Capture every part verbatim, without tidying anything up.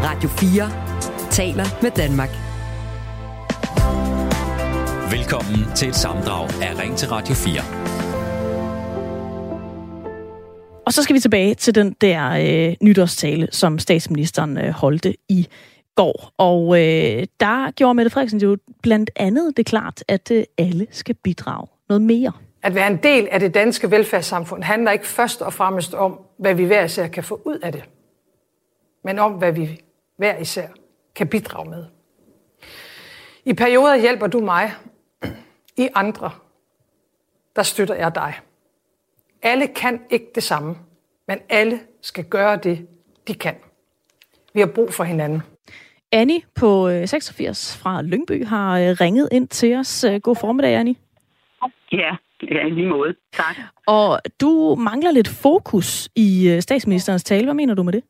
Radio fire taler med Danmark. Velkommen til et sammendrag af Ring til Radio fire. Og så skal vi tilbage til den der øh, nytårstale, som statsministeren øh, holdte i går. Og øh, der gjorde Mette Frederiksen jo blandt andet det klart, at øh, alle skal bidrage noget mere. At være en del af det danske velfærdssamfund handler ikke først og fremmest om, hvad vi hver især kan få ud af det, men om, hvad vi hver især kan bidrage med. I perioder hjælper du mig, i andre, der støtter jeg dig. Alle kan ikke det samme, men alle skal gøre det, de kan. Vi har brug for hinanden. Annie på seksogfirs fra Lyngby har ringet ind til os. God formiddag, Annie. Ja, ja, i lige måde. Tak. Og du mangler lidt fokus i statsministerens tale. Hvad mener du med det?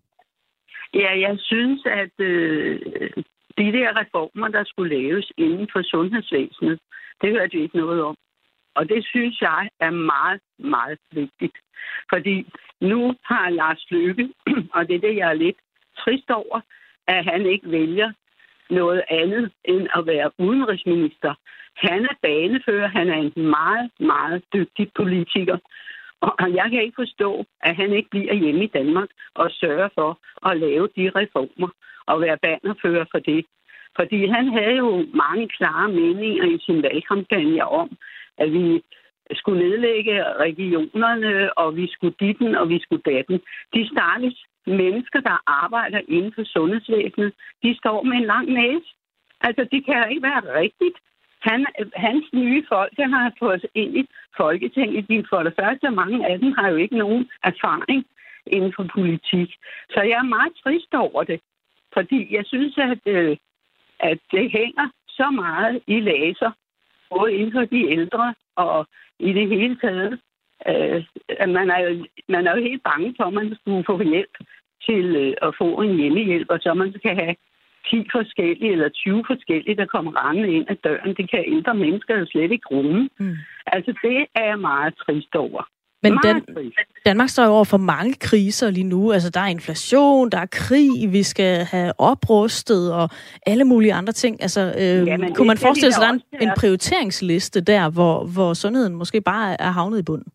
Ja, jeg synes, at øh, de der reformer, der skulle laves inden for sundhedsvæsenet, det hørte vi ikke noget om. Og det synes jeg er meget, meget vigtigt. Fordi nu har Lars Løkke, og det er det, jeg er lidt trist over, at han ikke vælger noget andet end at være udenrigsminister. Han er banefører, han er en meget, meget dygtig politiker. Og jeg kan ikke forstå, at han ikke bliver hjemme i Danmark og sørger for at lave de reformer og være banerfører for det. Fordi han havde jo mange klare meninger i sin valgkampagne om, at vi skulle nedlægge regionerne, og vi skulle ditten, og vi skulle datten. De stakkels mennesker, der arbejder inden for sundhedsvæsenet, de står med en lang næse. Altså, det kan jo ikke være rigtigt. Han, hans nye folk, der har fået ind i Folketinget, de for det første, mange af dem har jo ikke nogen erfaring inden for politik. Så jeg er meget trist over det, fordi jeg synes, at, øh, at det hænger så meget i laser, både inden for de ældre og i det hele taget. Øh, at man, er jo, man er jo helt bange for, at man skulle få hjælp til øh, at få en hjemmehjælp, og så man skal have ti forskellige eller tyve forskellige, der kommer rendende ind ad døren. Det kan ældre mennesker jo slet ikke rumme. Mm. Altså, det er jeg meget trist over. Men Dan- Danmark står jo over for mange kriser lige nu. Altså, der er inflation, der er krig, vi skal have oprustet og alle mulige andre ting. Altså, øh, ja, kunne man forestille sig, at der er en, en prioriteringsliste der, hvor, hvor sundheden måske bare er havnet i bunden?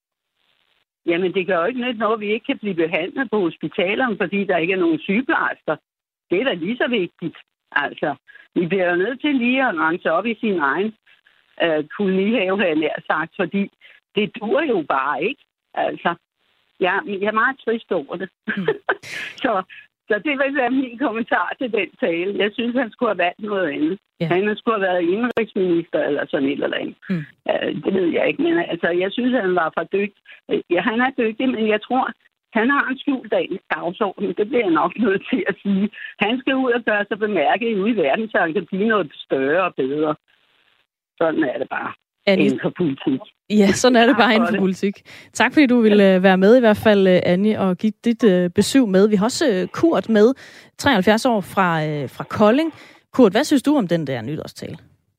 Jamen, det gør jo ikke noget, at vi ikke kan blive behandlet på hospitalerne, fordi der ikke er nogen sygeplejersker. Det er da lige så vigtigt. Altså, vi bliver jo nødt til lige at rense op i sin egen øh, kolonihave, har jeg nær sagt, fordi det dur jo bare ikke. Altså, ja, jeg er meget trist over det. Mm. så, så det vil være min kommentar til den tale. Jeg synes, han skulle have valgt noget andet. Ja. Han skulle have været indrigsminister eller sådan et eller andet. Mm. Uh, det ved jeg ikke, men altså, jeg synes, han var for dygtig. Ja, han er dygtig, men jeg tror, han har en skjult dagsorden. Det bliver jeg nok nødt til at sige. Han skal ud og gøre sig bemærket ude i verden, så han kan blive noget større og bedre. Sådan er det bare. Annie. Inden for politik. Ja, sådan er det bare inden for politik. Tak fordi du ville være med i hvert fald, Annie, og give dit uh, besøg med. Vi har også Kurt med, treoghalvfjerds år fra, uh, fra Kolding. Kurt, hvad synes du om den der nytårstale?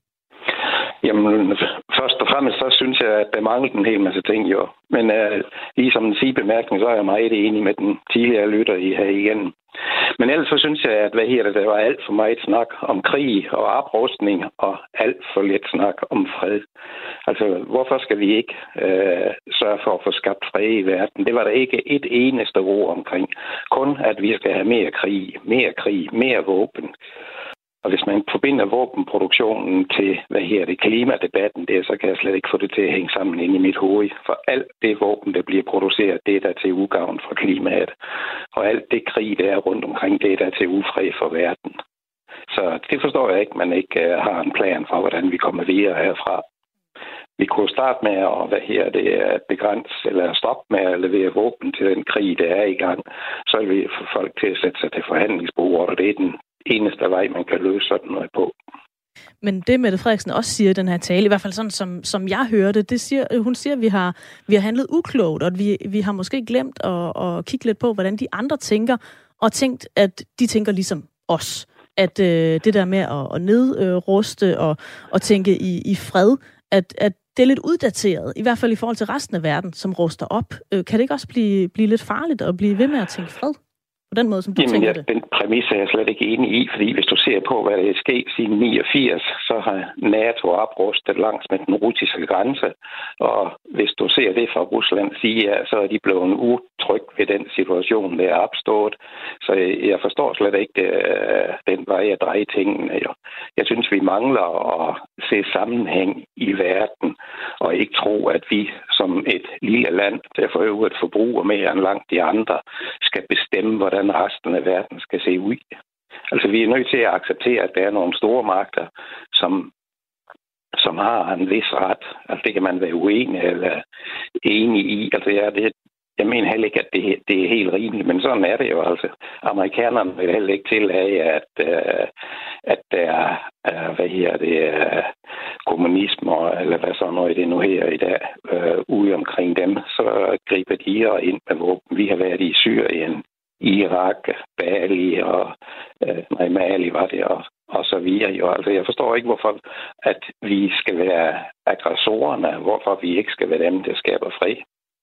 Jamen, først og fremmest så synes jeg, at der mangler en hel masse ting, jo. Men uh, lige som en sidebemærkning, så er jeg meget enig med den tidligere lytter i her igen. Men ellers så synes jeg, at hvad her, der var alt for meget snak om krig og oprustning og alt for lidt snak om fred. Altså, hvorfor skal vi ikke uh, sørge for at få skabt fred i verden? Det var der ikke et eneste ord omkring. Kun at vi skal have mere krig, mere krig, mere våben. Og hvis man forbinder våbenproduktionen til, hvad her det, klimadebatten der, så kan jeg slet ikke få det til at hænge sammen inde i mit hoved. For alt det våben, der bliver produceret, det er der til ugavn for klimaet. Og alt det krig, der er rundt omkring, det er der til ufred for verden. Så det forstår jeg ikke, man ikke uh, har en plan for, hvordan vi kommer videre herfra. Vi kunne starte med at hvad her, det er begrænse eller stoppe med at levere våben til den krig, der er i gang. Så vil vi få folk til at sætte sig til forhandlingsbordet, og det er den eneste vej, man kan løse sådan noget på. Men det, Mette Frederiksen også siger i den her tale, i hvert fald sådan, som, som jeg hørte, det siger, hun siger, at vi har, vi har handlet uklogt, og at vi, vi har måske glemt at, at kigge lidt på, hvordan de andre tænker, og tænkt, at de tænker ligesom os. At øh, det der med at, at nedruste og, og tænke i, i fred, at, at det er lidt uddateret, i hvert fald i forhold til resten af verden, som ruster op. Øh, kan det ikke også blive, blive lidt farligt at blive ved med at tænke fred? På den måde, som du Jamen, tænker ja, det? Den præmis er jeg slet ikke enig i, fordi hvis du ser på, hvad der er sket siden niogfirs, så har NATO oprustet langs med den russiske grænse, og hvis du ser det fra Ruslands side, så er de blevet utryg ved den situation, der er opstået. Så jeg forstår slet ikke det, den vej at dreje tingene. Jeg synes, vi mangler at se sammenhæng i verden, og ikke tro, at vi som et lille land, der for øvrigt forbruger mere end langt de andre, skal bestemme, hvordan resten af verden skal se ud. Altså, vi er nødt til at acceptere, at der er nogle store magter, som, som har en vis ret. Altså, det kan man være uenig eller enig i. Altså, ja, det, jeg mener heller ikke, at det, det er helt rimeligt, men sådan er det jo. Altså, amerikanerne vil heller ikke tillade, at, uh, at der er, uh, hvad her det, uh, kommunisme, eller hvad så noget det nu her i dag, uh, ude omkring dem, så griber de ind med våben. Vi har været i Syrien, Irak, Bali og uh, nej, Mali var det, og, og så videre. Jo. Altså, jeg forstår ikke, hvorfor at vi skal være aggressorerne, hvorfor vi ikke skal være dem, der skaber fred.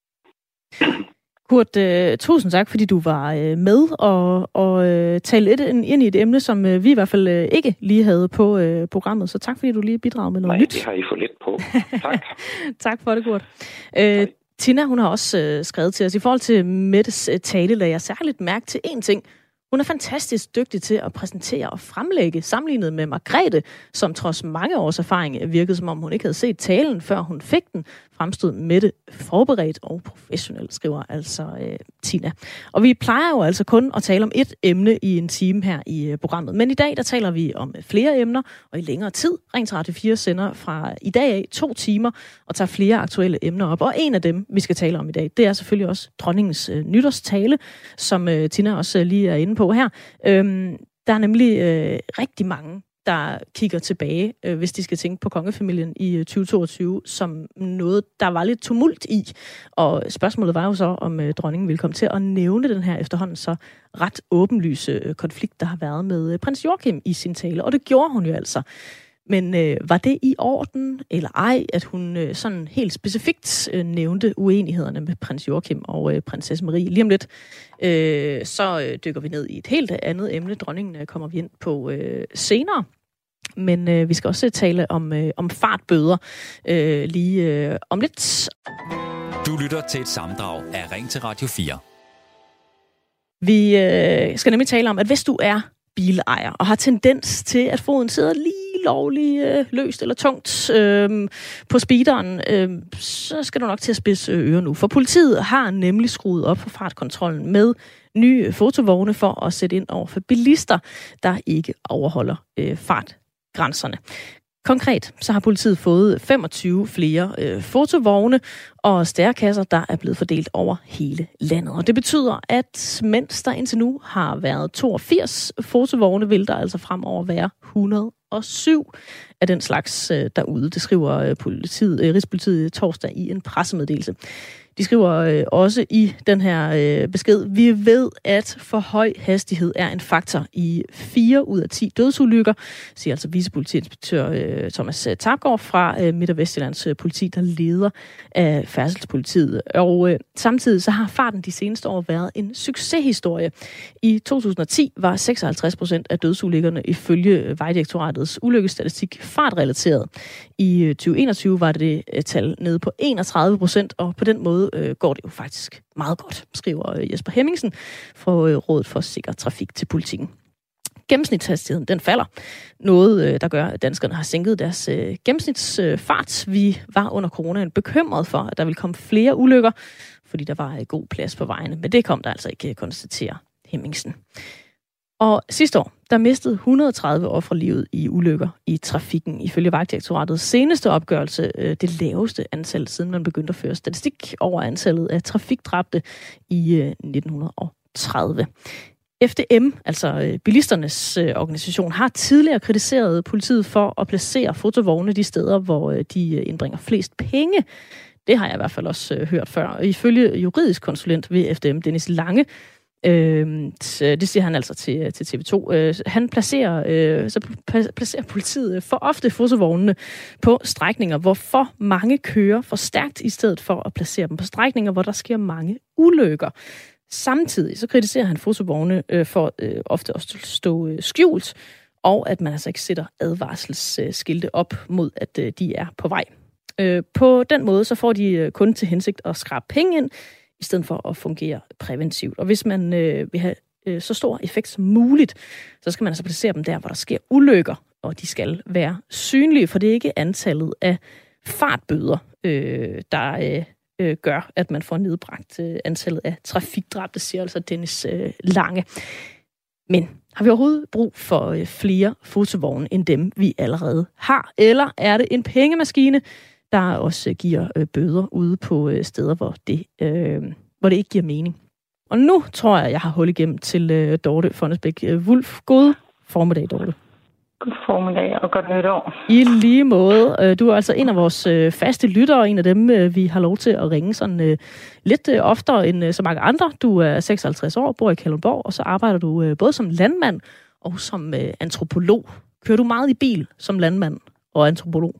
Kurt, uh, tusind tak, fordi du var uh, med og, og uh, talte lidt ind i et emne, som uh, vi i hvert fald uh, ikke lige havde på uh, programmet. Så tak, fordi du lige bidrager med noget Nej, nyt. Nej, det har I for lidt på. Tak. Tak for det, Kurt. Uh, Tina, hun har også uh, skrevet til os. I forhold til Mettes uh, tale, lagde jeg særligt mærke til én ting. Hun er fantastisk dygtig til at præsentere og fremlægge, sammenlignet med Margrethe, som trods mange års erfaring virkede, som om hun ikke havde set talen, før hun fik den. Fremstod Mette forberedt og professionelt, skriver altså øh, Tina. Og vi plejer jo altså kun at tale om et emne i en time her i øh, programmet. Men i dag, der taler vi om flere emner, og i længere tid. Ring til Radio fire sender fra i dag af to timer og tager flere aktuelle emner op. Og en af dem, vi skal tale om i dag, det er selvfølgelig også dronningens øh, nytårstale, som øh, Tina også øh, lige er inde på her. Øhm, der er nemlig øh, rigtig mange, der kigger tilbage, øh, hvis de skal tænke på kongefamilien i tyve toogtyve, som noget, der var lidt tumult i. Og spørgsmålet var jo så, om øh, dronningen ville komme til at nævne den her efterhånden så ret åbenlyse øh, konflikt, der har været med øh, prins Joachim i sin tale. Og det gjorde hun jo altså. Men øh, var det i orden eller ej, at hun øh, sådan helt specifikt øh, nævnte uenighederne med prins Joachim og øh, prinsesse Marie? Lige om lidt, øh, så øh, dykker vi ned i et helt andet emne. Dronningen øh, kommer vi ind på øh, senere. Men øh, vi skal også tale om, øh, om fartbøder øh, lige øh, om lidt. Du lytter til et sammendrag af Ring til Radio fire. Vi øh, skal nemlig tale om, at hvis du er bilejer og har tendens til, at foden sidder lige lovligt øh, løst eller tungt øh, på speederen, øh, så skal du nok til at spidse ører nu. For politiet har nemlig skruet op for fartkontrollen med nye fotovogne for at sætte ind over for bilister, der ikke overholder øh, fartgrænserne. Konkret så har politiet fået femogtyve flere øh, fotovogne og stærekasser, der er blevet fordelt over hele landet. Og det betyder, at mens der indtil nu har været toogfirs fotovogne, vil der altså fremover være et hundrede og syv af den slags øh, derude. Det skriver øh, politiet, øh, Rigspolitiet torsdag i en pressemeddelelse. De skriver øh, også i den her øh, besked, vi ved, at for høj hastighed er en faktor i fire ud af ti dødsulykker, siger altså vicepolitiinspektør øh, Thomas Tapgaard fra øh, Midt- og Vestjyllands øh, politi, der leder af færdselspolitiet. Og øh, samtidig så har farten de seneste år været en succeshistorie. I to tusind og ti var seksoghalvtreds procent af dødsulykkerne ifølge Vejdirektoratets ulykkestatistik fartrelateret. I øh, tyve enogtyve var det det øh, tal nede på enogtredive procent, og på den måde øh, går det jo faktisk meget godt, skriver øh, Jesper Hemmingsen fra øh, Rådet for Sikker Trafik til Politikken. Gennemsnitshastigheden, den falder. Noget, øh, der gør, at danskerne har sænket deres øh, gennemsnitsfart. Øh, Vi var under coronaen bekymret for, at der ville komme flere ulykker, fordi der var øh, god plads på vejene. Men det kom der altså ikke, konstaterer Hemmingsen. Og sidste år, der mistede et hundrede og tredive ofre livet i ulykker i trafikken. Ifølge Vejdirektoratets seneste opgørelse, det laveste antal, siden man begyndte at føre statistik over antallet af trafikdræbte i nitten tredive. F D M, altså bilisternes organisation, har tidligere kritiseret politiet for at placere fotovogne de steder, hvor de indbringer flest penge. Det har jeg i hvert fald også hørt før. Og ifølge juridisk konsulent ved F D M, Dennis Lange, Øh, det siger han altså til, til T V to. Øh, han placerer, øh, så placerer politiet for ofte fotovognene på strækninger, hvor for mange kører for stærkt, i stedet for at placere dem på strækninger, hvor der sker mange ulykker, Samtidig så kritiserer han fotovogne øh, for øh, ofte at stå øh, skjult, og at man altså ikke sætter advarselsskilte op mod, at øh, de er på vej. Øh, på den måde så får de øh, kun til hensigt at skrabe penge ind, i stedet for at fungere præventivt. Og hvis man øh, vil have øh, så stor effekt som muligt, så skal man altså placere dem der, hvor der sker ulykker, og de skal være synlige, for det er ikke antallet af fartbøder, øh, der øh, øh, gør, at man får nedbragt øh, antallet af trafikdræbte, siger altså Dennis øh, Lange. Men har vi overhovedet brug for øh, flere fotovogne end dem, vi allerede har? Eller er det en pengemaskine, der også giver øh, bøder ude på øh, steder, hvor det, øh, hvor det ikke giver mening? Og nu tror jeg, jeg har hul igennem til øh, Dorte Fonnesbæk øh, Wulff. God formiddag, Dorte. God formiddag og godt nytår. I lige måde. Du er altså en af vores faste lyttere, en af dem, vi har lov til at ringe sådan lidt oftere end så mange andre. Du er seksoghalvtreds år, bor i Kalundborg, og så arbejder du både som landmand og som antropolog. Kører du meget i bil som landmand og antropolog?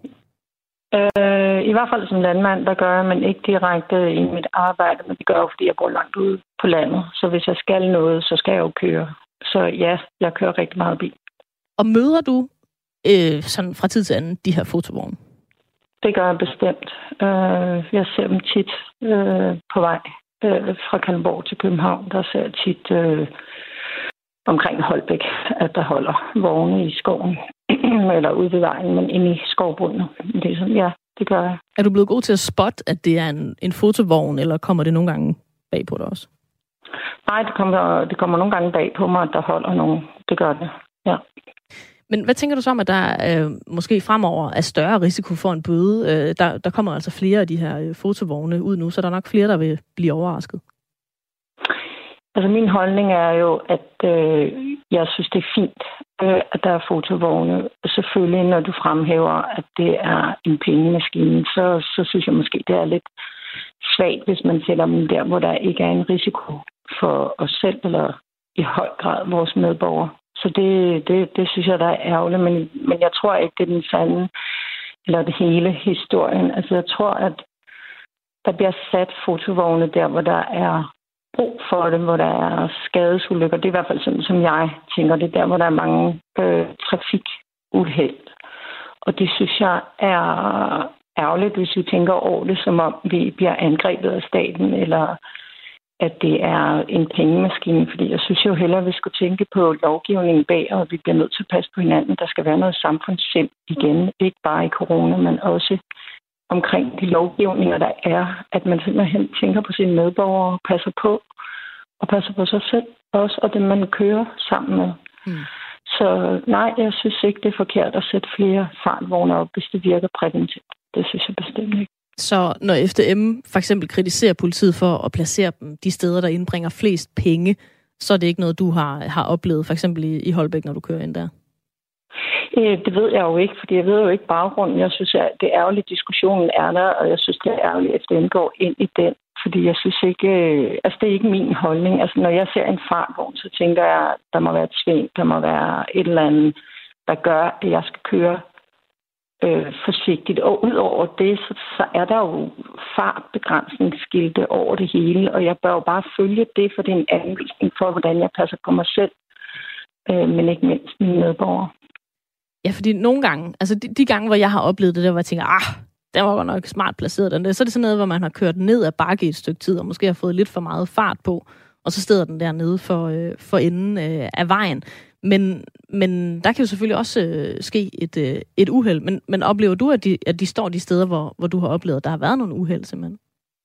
Øh, I hvert fald som landmand, der gør jeg, men ikke direkte i mit arbejde, men det gør jeg, fordi jeg bor langt ude på landet. Så hvis jeg skal noget, så skal jeg jo køre. Så ja, jeg kører rigtig meget bil. Og møder du øh, sådan fra tid til anden de her fotovogne? Det gør jeg bestemt. Øh, jeg ser dem tit øh, på vej øh, fra Kalundborg til København. Der ser jeg tit øh, omkring Holbæk, at der holder vogne i skoven. Eller ude ved vejen, men inde i skovbunden. Det er sådan, ja, det gør jeg. Er du blevet god til at spotte, at det er en, en fotovogn, eller kommer det nogle gange bag på dig også? Nej, det kommer, det kommer nogle gange bag på mig, at der holder nogen. Det gør det, ja. Men hvad tænker du så om, at der øh, måske fremover er større risiko for en bøde? Øh, der, der kommer altså flere af de her øh, fotovogne ud nu, så der er nok flere, der vil blive overrasket. Altså min holdning er jo, at øh, jeg synes, det er fint, øh, at der er fotovogne. Selvfølgelig, når du fremhæver, at det er en pengemaskine, så, så synes jeg måske, det er lidt svagt, hvis man sætter dem der, hvor der ikke er en risiko for os selv, eller i høj grad vores medborgere. Så det, det, det synes jeg, der er ærgerligt, men, men jeg tror ikke, det er den sande, eller det hele historien. Altså jeg tror, at der bliver sat fotovogne der, hvor der er brug for det, hvor der er skadesulykker. Det er i hvert fald sådan, som jeg tænker, det er der, hvor der er mange øh, trafikuheld. Og det synes jeg er ærgerligt, hvis vi tænker over det, som om vi bliver angrebet af staten, eller at det er en pengemaskine, fordi jeg synes jo hellere, at vi skulle tænke på lovgivningen bag, og vi bliver nødt til at passe på hinanden. Der skal være noget samfundssind igen, ikke bare i corona, men også omkring de lovgivninger, der er, at man simpelthen tænker på sine medborgere og passer på, og passer på sig selv også, og det man kører sammen med. Mm. Så nej, jeg synes ikke, det er forkert at sætte flere fartvogne op, hvis det virker præventivt. Det synes jeg bestemt ikke. Så når F D M for eksempel kritiserer politiet for at placere dem de steder, der indbringer flest penge, så er det ikke noget, du har, har oplevet, for eksempel i, i Holbæk, når du kører ind der? Det ved jeg jo ikke, fordi jeg ved jo ikke baggrunden. Jeg synes, at det ærgerlige diskussionen er der, og jeg synes, det er ærgerligt, at den går ind i den. Fordi jeg synes ikke, altså det er ikke min holdning. Altså når jeg ser en fartvogn, så tænker jeg, at der må være et sving, der må være et eller andet, der gør, at jeg skal køre øh, forsigtigt. Og udover det, så, så er der jo fartbegrænsningsskilte over det hele, og jeg bør jo bare følge det, for det er en anvisning for, hvordan jeg passer på mig selv, øh, men ikke mindst mine medborgere. Ja, fordi nogle gange, altså de, de gange, hvor jeg har oplevet det, der hvor jeg tænker, ah, den var godt nok smart placeret, den der. Så er det sådan noget, hvor man har kørt ned ad bakke et stykke tid, og måske har fået lidt for meget fart på, og så steder den der nede for, øh, for enden øh, af vejen. Men, men der kan jo selvfølgelig også øh, ske et, øh, et uheld. Men, men oplever du, at de, at de står de steder, hvor, hvor du har oplevet, at der har været nogle uheld simpelthen?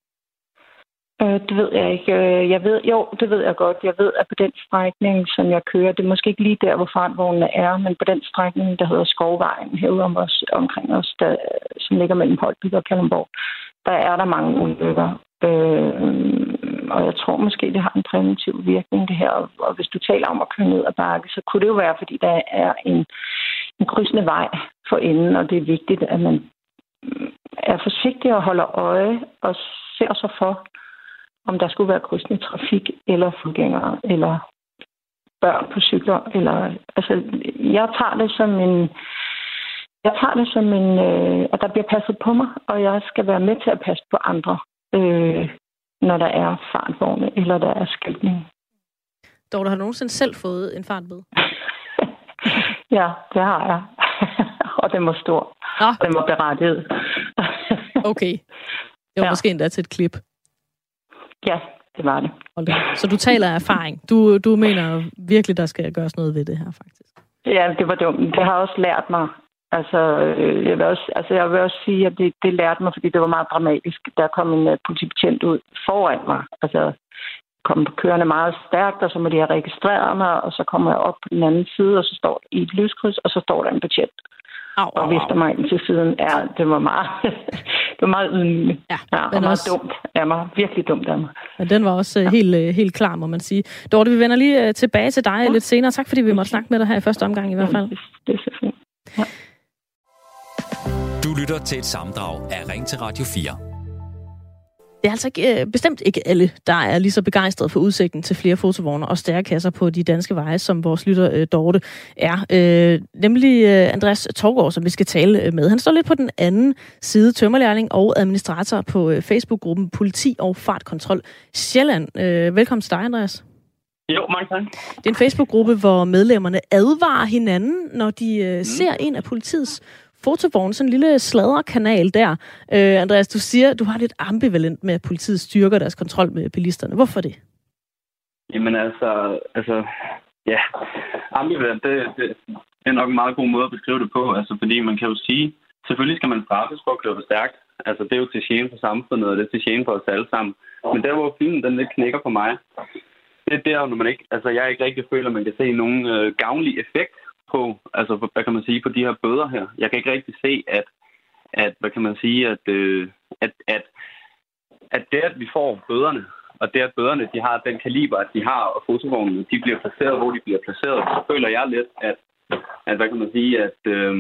Øh, det ved jeg ikke. Jeg ved, jo, det ved jeg godt. Jeg ved, at på den strækning, som jeg kører, det er måske ikke lige der, hvor fartvognene er, men på den strækning, der hedder Skovvejen, herude om os, omkring os, der, som ligger mellem Holbæk og Kalundborg, der er der mange ulykker. Øh, og jeg tror måske, det har en præventiv virkning, det her. Og hvis du taler om at køre ned ad bakke, så kunne det jo være, fordi der er en, en krydsende vej for enden, og det er vigtigt, at man er forsigtig og holder øje og ser sig for, om der skulle være krydsende trafik, eller fodgængere, eller børn på cykler. Eller, altså, jeg tager det som en... Jeg tager det som en... Øh, at der bliver passet på mig, og jeg skal være med til at passe på andre. Øh, når der er fartvogne, eller der er skiltning. Dorte, har du nogensinde selv fået en fartbøde? Ja, det har jeg. Og den var stor. Nå. Og den var berettiget. Okay. Det var ja. måske endda til et klip. Ja, det var det. Okay. Så du taler af erfaring. Du, du mener virkelig, der skal gøres noget ved det her, faktisk? Ja, det var dumt. Det har også lært mig. Altså, jeg vil også, altså, jeg vil også sige, at det, det lærte mig, fordi det var meget dramatisk. Der kom en uh, politibetjent ud foran mig. Altså, kom kørende meget stærkt, og så må de have registreret mig, og så kommer jeg op på den anden side, og så står i et lyskryds, og så står der en betjent. Au, og vister mig ind til siden. Ja, det var meget, det var meget ydmygende. Ja, ja, og meget også... dumt. Ja, meget, virkelig dumt af mig. Men den var også ja. helt, helt klar, må man sige. Dorte, vi vender lige tilbage til dig ja. lidt senere. Tak, fordi vi måtte snakke med dig her i første omgang i hvert fald. Ja, det, det er så fint. Ja. Du lytter til et sammendrag af Ring til Radio fire. Det er altså ikke, øh, bestemt ikke alle, der er lige så begejstrede for udsigten til flere fotovogne og stærekasser på de danske veje, som vores lytter øh, Dorte er. Øh, nemlig øh, Andreas Torgård, som vi skal tale med. Han står lidt på den anden side, tømmerlærling og administrator på øh, Facebook-gruppen Politi og Fartkontrol Sjælland. Øh, velkommen til dig, Andreas. Jo, mange tak. Det er en Facebook-gruppe, hvor medlemmerne advarer hinanden, når de øh, mm. ser en af politiets fotovogn, sådan en lille sladrekanal der. Øh, Andreas, du siger, du har lidt ambivalent med, at politiet styrker deres kontrol med bilisterne. Hvorfor det? Jamen altså, altså ja, ambivalent, det, det er nok en meget god måde at beskrive det på. Altså, fordi man kan jo sige, selvfølgelig skal man straffes for at køre for stærkt. Altså, det er jo til gene for samfundet, og det er til gene for os alle sammen. Men der, hvor filmen den lidt knækker på mig, det er der, når man ikke, altså, jeg ikke rigtig føler, at man kan se nogen øh, gavnlig effekt på, altså, hvad kan man sige, på de her bøder her. Jeg kan ikke rigtig se, at, at hvad kan man sige, at, øh, at, at, at det, at vi får bøderne, og det, at bøderne, de har den kaliber, at de har, og fotovognene, de bliver placeret, hvor de bliver placeret, så føler jeg lidt, at, at hvad kan man sige, at, øh,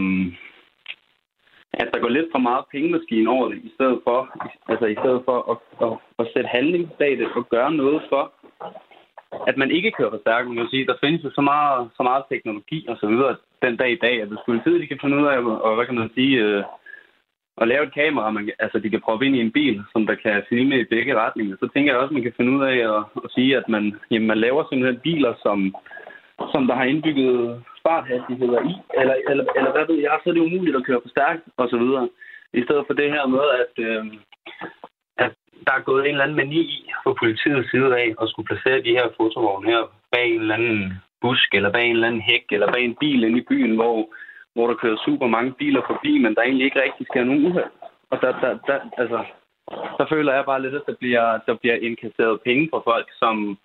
at der går lidt for meget pengemaskine over det, i stedet for, altså i stedet for at, at, at sætte handling bag det, og gøre noget for, at man ikke kører for stærkt. Man kan sige, der findes jo så meget, så meget teknologi og så videre den dag i dag, at hvis politiet de kan finde ud af, og hvad kan man sige, øh, at lave et kamera, man, altså de kan proppe ind i en bil, som der kan filme i begge retninger, så tænker jeg også, at man kan finde ud af at, at sige, at man, jamen, man laver simpelthen biler, som, som der har indbygget farthastigheder i, eller, eller, eller hvad ved jeg, så er det umuligt at køre for stærkt og så videre. I stedet for det her med, at øh, at der er gået en eller anden mani i fra politiets side af at skulle placere de her fotovogne her bag en eller anden busk, eller bag en eller anden hæk, eller bag en bil inde i byen, hvor, hvor der kører super mange biler forbi, men der egentlig ikke rigtig sker nogen uheld. Og der, der, der, altså, der føler jeg bare lidt, at der bliver, der bliver indkasseret penge fra folk, som,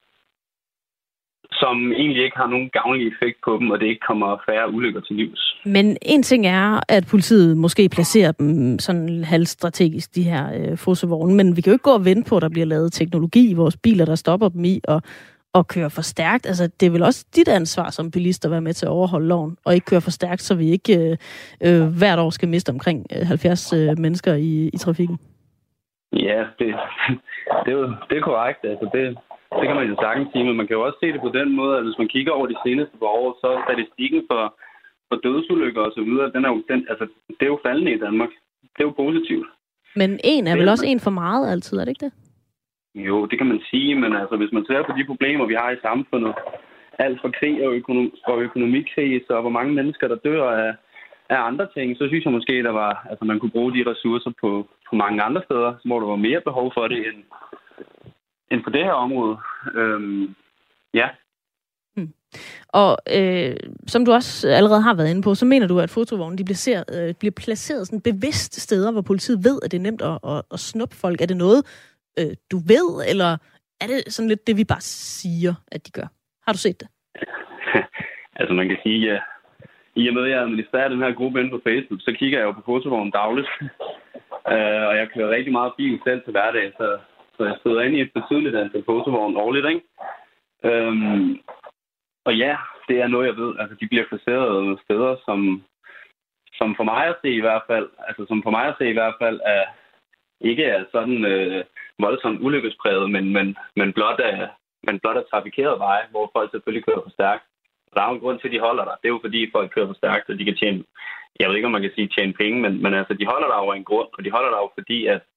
som egentlig ikke har nogen gavnlig effekt på dem, og det ikke kommer færre ulykker til livs. Men en ting er, at politiet måske placerer dem sådan halvstrategisk, de her øh, fotovogne, men vi kan jo ikke gå og vente på, at der bliver lavet teknologi i vores biler, der stopper dem i og, og kører for stærkt. Altså, det er vel også dit ansvar som bilist at være med til at overholde loven, og ikke køre for stærkt, så vi ikke øh, øh, hvert år skal miste omkring halvfjerds øh, mennesker i, i trafikken. Ja, det, det, er jo det er korrekt. Altså, det, det kan man jo sagtens sige, men man kan jo også se det på den måde, at hvis man kigger over de seneste par år, så er statistikken for for dødsulykker og så videre, den er jo, den, altså, det er jo faldende i Danmark. Det er jo positivt. Men en er vel også en for meget altid, er det ikke det? Jo, det kan man sige, men altså, hvis man ser på de problemer, vi har i samfundet, alt fra krig og, økonom- og økonomikris, og hvor mange mennesker, der dør af, af andre ting, så synes jeg måske, der var, altså, man kunne bruge de ressourcer på, på mange andre steder, hvor der var mere behov for det, end, end på det her område. Øhm, ja. Hmm. Og øh, som du også allerede har været inde på, så mener du, at fotovogne de bliver, ser, øh, bliver placeret sådan bevidst steder, hvor politiet ved, at det er nemt at, at, at snuppe folk. Er det noget, øh, du ved, eller er det sådan lidt det, vi bare siger, at de gør? Har du set det? Altså man kan sige, ja. I og med, at jeg administrerer den her gruppe inde på Facebook, så kigger jeg jo på fotovognen dagligt. uh, og jeg kører rigtig meget bil selv til hverdag, så, så jeg støder ind i et betydeligt antal fotovogn årligt, ikke? Um, Og ja, det er noget, jeg ved. Altså, de bliver placeret steder, som, som for mig at se i hvert fald, altså som for mig at se i hvert fald, er, ikke er sådan øh, voldsomt ulykkespræget, men, men, men, blot er, men blot er trafikeret veje, hvor folk selvfølgelig kører for stærkt. Og der er jo en grund til, at de holder der. Det er jo fordi, folk kører for stærkt, og de kan tjene, jeg ved ikke, om man kan sige tjene penge, men, men altså, de holder der over en grund, og de holder der jo fordi, at,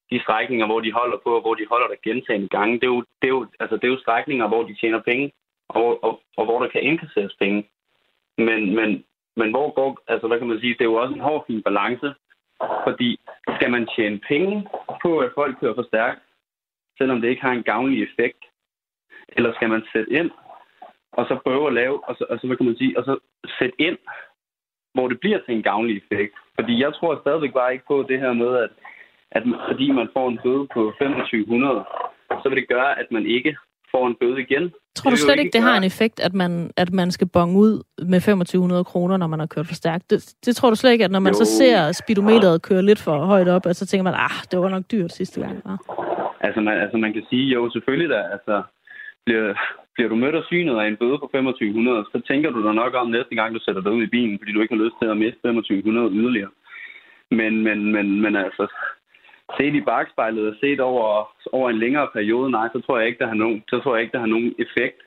de strækninger, hvor de holder på, og hvor de holder der gentagne gange, det er jo, det er jo, altså, det er jo strækninger, hvor de tjener penge, og, og, og hvor der kan indkasseres penge. Men, men, men hvor går, altså hvad kan man sige, det er jo også en hård fin balance, fordi skal man tjene penge på, at folk kører for stærkt, selvom det ikke har en gavnlig effekt, eller skal man sætte ind, og så prøve at lave, og så, og så hvad kan man sige, og så sætte ind, hvor det bliver til en gavnlig effekt. Fordi jeg tror stadigvæk bare ikke på det her med, at, at fordi man får en bøde på femogtyve hundrede, så vil det gøre, at man ikke får en bøde igen. Tror du slet ikke, det har en effekt, at man, at man skal bonge ud med femogtyve hundrede kroner, når man har kørt for stærkt? Det, det tror du slet ikke, at når man jo. så ser speedometeret køre lidt for højt op, at så tænker man, ah, det var nok dyrt sidste gang. Ja. Altså, man, altså man kan sige, jo selvfølgelig da, altså bliver, bliver du mødt af synet af en bøde på femogtyve hundrede, så tænker du da nok om næste gang, du sætter dig ud i bilen, fordi du ikke har lyst til at miste femogtyve hundrede yderligere. Men, men, men, men altså, set i bagspejlet og set over, over en længere periode, nej, så tror jeg ikke, der har nogen, så tror jeg ikke, der har nogen effekt.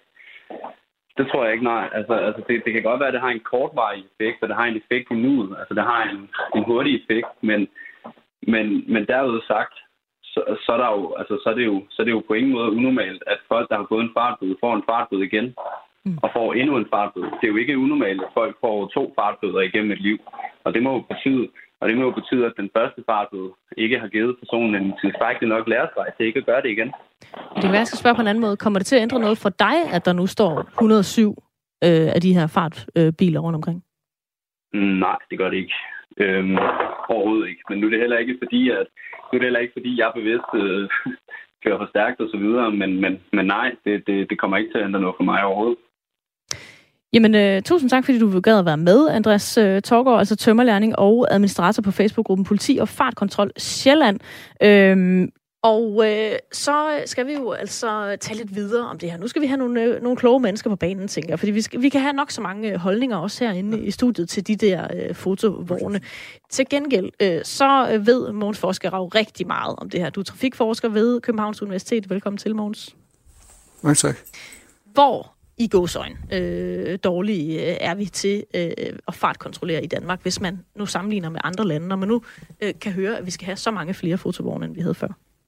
Det tror jeg ikke, nej. Altså, altså det, det kan godt være, at det har en kortvarig effekt, og det har en effekt i nuet. Altså, det har en, en hurtig effekt, men, men, men derud sagt, så, så, er der jo, altså, så, er det jo, så er det jo på ingen måde unormalt, at folk, der har fået en fartbøde, får en fartbøde igen, mm. og får endnu en fartbøde. Det er jo ikke unormalt, at folk får to fartbøder igennem et liv. Og det må jo betyde, og det må jo betyde, at den første fartbøde ikke har givet personen en tilstrækkelig nok læresvej til ikke at gøre det igen. Det kan være, jeg skal spørge på en anden måde. Kommer det til at ændre noget for dig, at der nu står et hundrede og syv øh, af de her fartbiler øh, rundt omkring? Nej, det gør det ikke. Øhm, overhovedet ikke. Men nu er det heller ikke fordi, at nu er det heller ikke fordi, jeg bevidst øh, kører for stærkt og så videre. Men, men, men nej, det, det, det kommer ikke til at ændre noget for mig overhovedet. Jamen, øh, tusind tak, fordi du gad at være med, Andreas øh, Torgård, altså tømmerlærling og administrator på Facebook-gruppen Politi og Fartkontrol Sjælland. Øhm, og øh, så skal vi jo altså tale lidt videre om det her. Nu skal vi have nogle, øh, nogle kloge mennesker på banen, tænker jeg, fordi vi, skal, vi kan have nok så mange holdninger også herinde i studiet til de der øh, fotovogne. Til gengæld, øh, så ved Mogens Forskerau rigtig meget om det her. Du er trafikforsker ved Københavns Universitet. Velkommen til, Mogens. Mange tak. Hvor i gåsøjne øh, dårlige øh, er vi til øh, at fartkontrollere i Danmark, hvis man nu sammenligner med andre lande, når man nu øh, kan høre, at vi skal have så mange flere fotovogne, end vi havde før.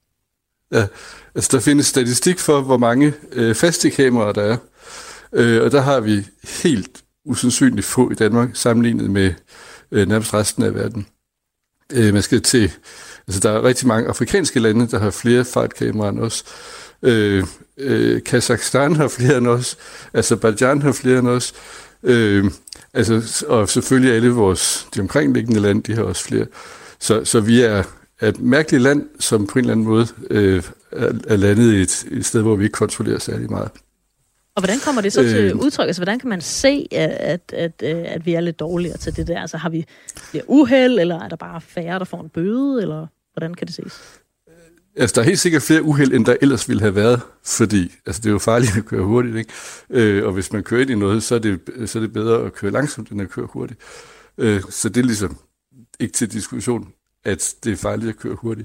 Ja, altså der findes statistik for, hvor mange øh, faste kameraer der er, øh, og der har vi helt usandsynligt få i Danmark, sammenlignet med øh, nærmest resten af verden. Øh, man skal til, altså der er rigtig mange afrikanske lande, der har flere fartkameraer end os. Øh, øh, Kazakhstan har flere end os, Aserbajdsjan har flere end os, øh, altså, og selvfølgelig alle vores, de omkringliggende lande, de har også flere. Så, så vi er et mærkeligt land, som på en eller anden måde øh, er, er landet i et, et sted, hvor vi ikke kontrollerer særlig meget. Og hvordan kommer det så til øh, udtryk? Altså, hvordan kan man se, at, at, at, at vi er lidt dårligere til det der? Altså, har vi flere uheld, eller er der bare færre, der får en bøde, eller hvordan kan det ses? Altså, der er helt sikkert flere uheld, end der ellers ville have været, fordi altså, det er jo farligt at køre hurtigt, ikke? Øh, og hvis man kører ind i noget, så er, det, så er det bedre at køre langsomt, end at køre hurtigt. Øh, så det er ligesom ikke til diskussion, at det er farligt at køre hurtigt.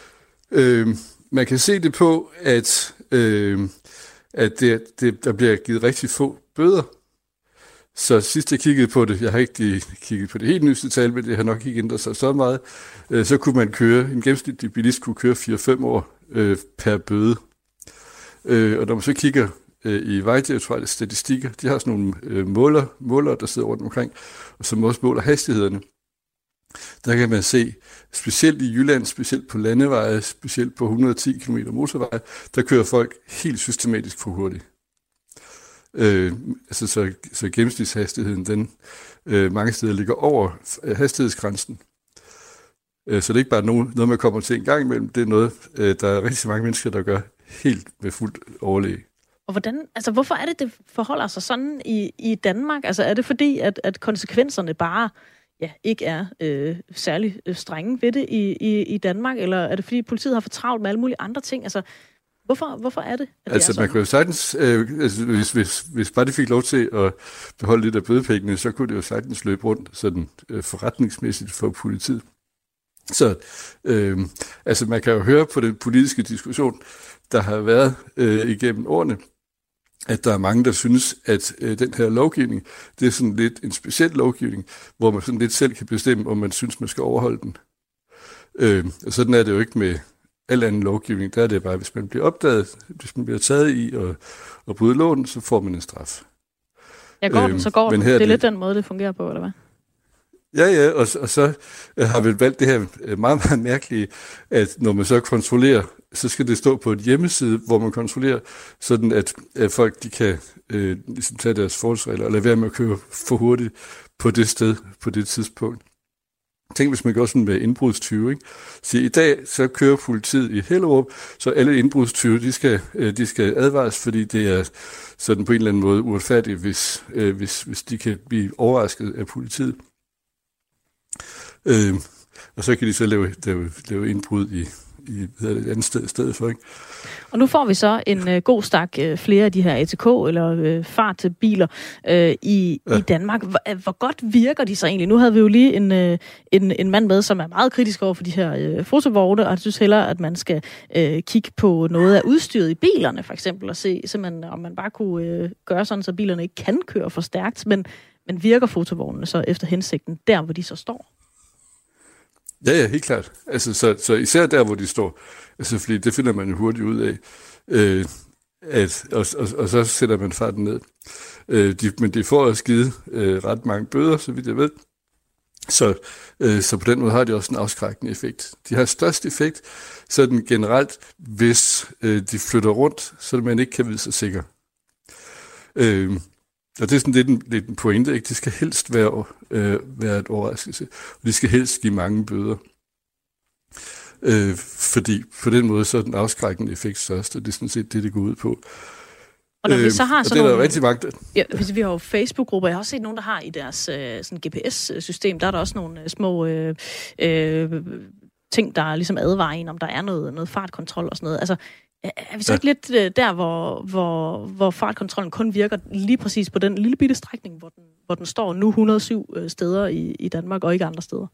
Øh, man kan se det på, at, øh, at det, det, der bliver givet rigtig få bøder. Så sidst jeg kiggede på det, jeg har ikke kigget på det helt nyeste tal, men det har nok ikke ændret sig så meget, øh, så kunne man køre, en gennemsnitlig bilist kunne køre fire fem år øh, per bøde. Øh, og når man så kigger øh, i Vejdirektoratets statistikker, de har sådan nogle øh, måler, målere, der sidder rundt omkring, og som også måler hastighederne. Der kan man se, specielt i Jylland, specielt på landeveje, specielt på et hundrede og ti kilometer motorveje, der kører folk helt systematisk for hurtigt. Øh, altså så, så gennemsnitshastigheden, den øh, mange steder ligger over hastighedsgrænsen. Øh, så det er ikke bare noget, noget, man kommer til en gang imellem, det er noget, øh, der er rigtig mange mennesker, der gør helt med fuldt overlæg. Og hvordan, altså hvorfor er det, det forholder sig sådan i, i Danmark? Altså er det fordi, at, at konsekvenserne bare ja, ikke er øh, særlig strenge ved det i, i, i Danmark, eller er det fordi, politiet har for travlt med alle mulige andre ting? Altså Hvorfor, hvorfor er det? At altså, det er man kunne jo sagtens, øh, altså, hvis, hvis, hvis bare de fik lov til at beholde lidt af bødepengene, så kunne det jo sagtens løbe rundt sådan øh, forretningsmæssigt for politiet. Så øh, altså, man kan jo høre på den politiske diskussion, der har været øh, igennem årene, at der er mange, der synes, at øh, den her lovgivning, det er sådan lidt en speciel lovgivning, hvor man sådan lidt selv kan bestemme, om man synes, man skal overholde den. Øh, og sådan er det jo ikke med al anden lovgivning, der er det bare, hvis man bliver opdaget, hvis man bliver taget i og, og bryder loven, så får man en straf. Ja, går øhm, den, så går den. Det er det, lidt den måde, det fungerer på, eller hvad? Ja, ja, og, og så har vi valgt det her meget, meget mærkelige, at når man så kontrollerer, så skal det stå på et hjemmeside, hvor man kontrollerer, sådan at, at folk de kan øh, ligesom tage deres forholdsregler og lade være med at køre for hurtigt på det sted, på det tidspunkt. Tænk, hvis man gør sådan med indbrudstyve, ikke? Så i dag så kører politiet i Hellerup, så alle indbrudstyve, de skal, de skal advares, fordi det er sådan på en eller anden måde uretfærdigt, hvis, hvis, hvis de kan blive overrasket af politiet. Øh, og så kan de så lave, lave, lave indbrud i, i et andet sted, sted for, ikke? Og nu får vi så en øh, god stak øh, flere af de her A T K eller øh, fartbiler øh, i, ja. i Danmark. Hvor, hvor godt virker de så egentlig? Nu havde vi jo lige en, øh, en, en mand med, som er meget kritisk over for de her øh, fotovogne, og jeg synes hellere, at man skal øh, kigge på noget af udstyret i bilerne, for eksempel, og se simpelthen, om man bare kunne øh, gøre sådan, så bilerne ikke kan køre for stærkt, men, men virker fotovognene så efter hensigten der, hvor de så står? Ja, ja, helt klart. Altså, så, så især der, hvor de står, altså, fordi det finder man jo hurtigt ud af, øh, at, og, og, og så sætter man farten ned. Øh, de, men de får også givet øh, ret mange bøder, så vidt jeg ved. Så, øh, så på den måde har de også en afskrækkende effekt. De har størst effekt, sådan generelt, hvis øh, de flytter rundt, så man ikke kan vide sig sikker. Øh, Og det er sådan lidt en, lidt en pointe, ikke? Det skal helst være, øh, være et overraskelse, og de skal helst give mange bøder. Øh, fordi på den måde så er den afskrækkende effekt størst, og det er sådan set det, det går ud på. Og når vi så har øh, sådan nogle... nogle... rigtig mange... Ja, hvis vi har jo Facebook-grupper, jeg har også set nogen, der har i deres øh, sådan G P S-system, der er der også nogle øh, små øh, øh, ting, der ligesom advarer en, om der er noget, noget fartkontrol og sådan noget. Altså, er vi så ikke lidt øh, der, hvor, hvor, hvor fartkontrollen kun virker lige præcis på den lille bitte strækning, hvor den, hvor den står nu et hundrede og syv øh, steder i, i Danmark, og ikke andre steder?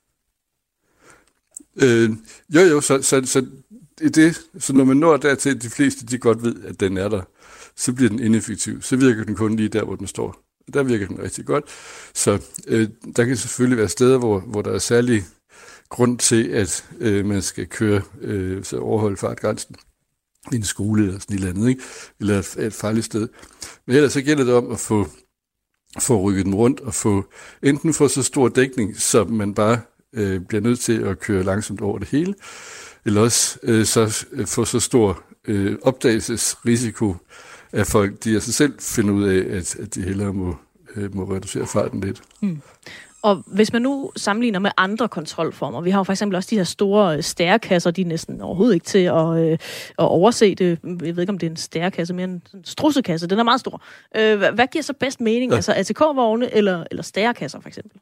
Øh, jo, jo, så, så, så, det, så når man når dertil, de fleste de godt ved, at den er der, så bliver den ineffektiv. Så virker den kun lige der, hvor den står. Der virker den rigtig godt. Så øh, der kan selvfølgelig være steder, hvor, hvor der er særlig grund til, at øh, man skal køre, øh, så overholde fartgrænsen i en skole eller sådan et eller andet, ikke? Eller et, et farligt sted. Men ellers så gælder det om at få, få rykket den rundt og få enten få så stor dækning, så man bare øh, bliver nødt til at køre langsomt over det hele, eller også øh, så øh, få så stor øh, opdagelsesrisiko, at folk de af sig selv finder ud af, at, at de hellere må, øh, må reducere farten lidt. Mm. Og hvis man nu sammenligner med andre kontrolformer, vi har jo for eksempel også de her store stærekasser, de er næsten overhovedet ikke til at, øh, at overse det. Jeg ved ikke, om det er en stærekasse, mere en strussekasse. Den er meget stor. Øh, hvad, hvad giver så bedst mening? Ja. Altså A T K-vogne eller, eller stærekasser for eksempel?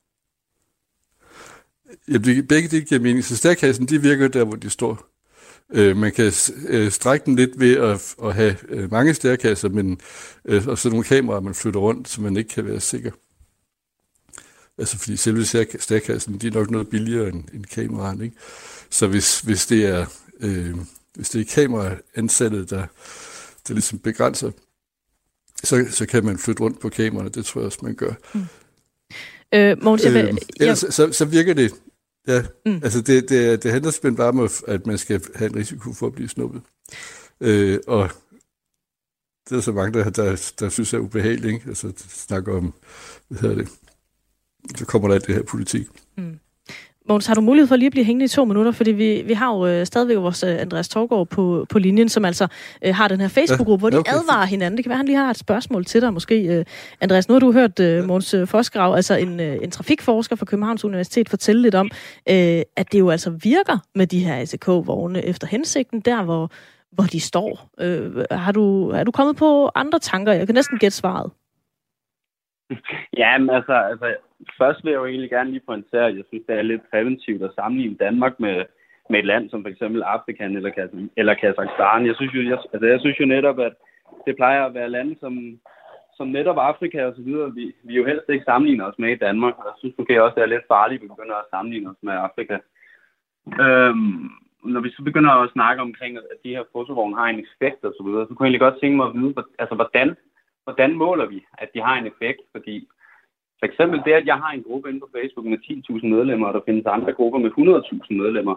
Ja, begge dele giver mening. Så stærkassen, de virker der, hvor de står. Øh, man kan øh, strække dem lidt ved at, at have øh, mange stærkasser, men øh, og så nogle kameraer, man flytter rundt, så man ikke kan være sikker. Altså fordi selve stærkassen, de er nok noget billigere end, end kameraen, ikke? Så hvis, hvis det er øh, hvis det er kameraansalget, der, der ligesom begrænser, så, så kan man flytte rundt på kameraerne. Det tror jeg også, man gør. Mm. Øh, Mogens, jeg vil, øh, ellers, så, så virker det. Ja, mm. altså det, det, det handler simpelthen bare om, at man skal have en risiko for at blive snuppet. Øh, og det er så mange, der, der, der synes er ubehageligt, ikke? Altså snakker om, hvad hedder det, så kommer der det her politik. Mm. Mogens, har du mulighed for lige at blive hængende i to minutter? Fordi vi, vi har jo øh, stadigvæk vores øh, Andreas Torgård på, på linjen, som altså øh, har den her Facebook-gruppe, ja, hvor de okay. advarer hinanden. Det kan være, han lige har et spørgsmål til dig måske. Øh, Andreas, nu har du hørt øh, Mogens Fosgrav, altså en, øh, en trafikforsker fra Københavns Universitet, fortælle lidt om, øh, at det jo altså virker med de her A T K-vogne efter hensigten, der hvor, hvor de står. Øh, har du, er du kommet på andre tanker? Jeg kan næsten gætte svaret. Ja, men altså, altså, først vil jeg jo egentlig gerne lige pointere, at jeg synes, det er lidt præventivt at sammenligne Danmark med, med et land som for eksempel Afrika eller, eller Kazakhstan. Jeg synes, jo, jeg, altså, jeg synes jo netop, at det plejer at være lande som, som netop Afrika og så videre, vi, vi jo helst ikke sammenligner os med i Danmark. Og jeg synes måske også, det er lidt farligt, at vi begynder at sammenligne os med Afrika. Øhm, når vi så begynder at snakke omkring, at de her fotovogne har en effekt og så videre, så kunne jeg egentlig godt tænke mig at vide, altså, hvordan Hvordan måler vi, at de har en effekt? Fordi for eksempel det, at jeg har en gruppe inde på Facebook med ti tusind medlemmer, og der findes andre grupper med hundrede tusind medlemmer,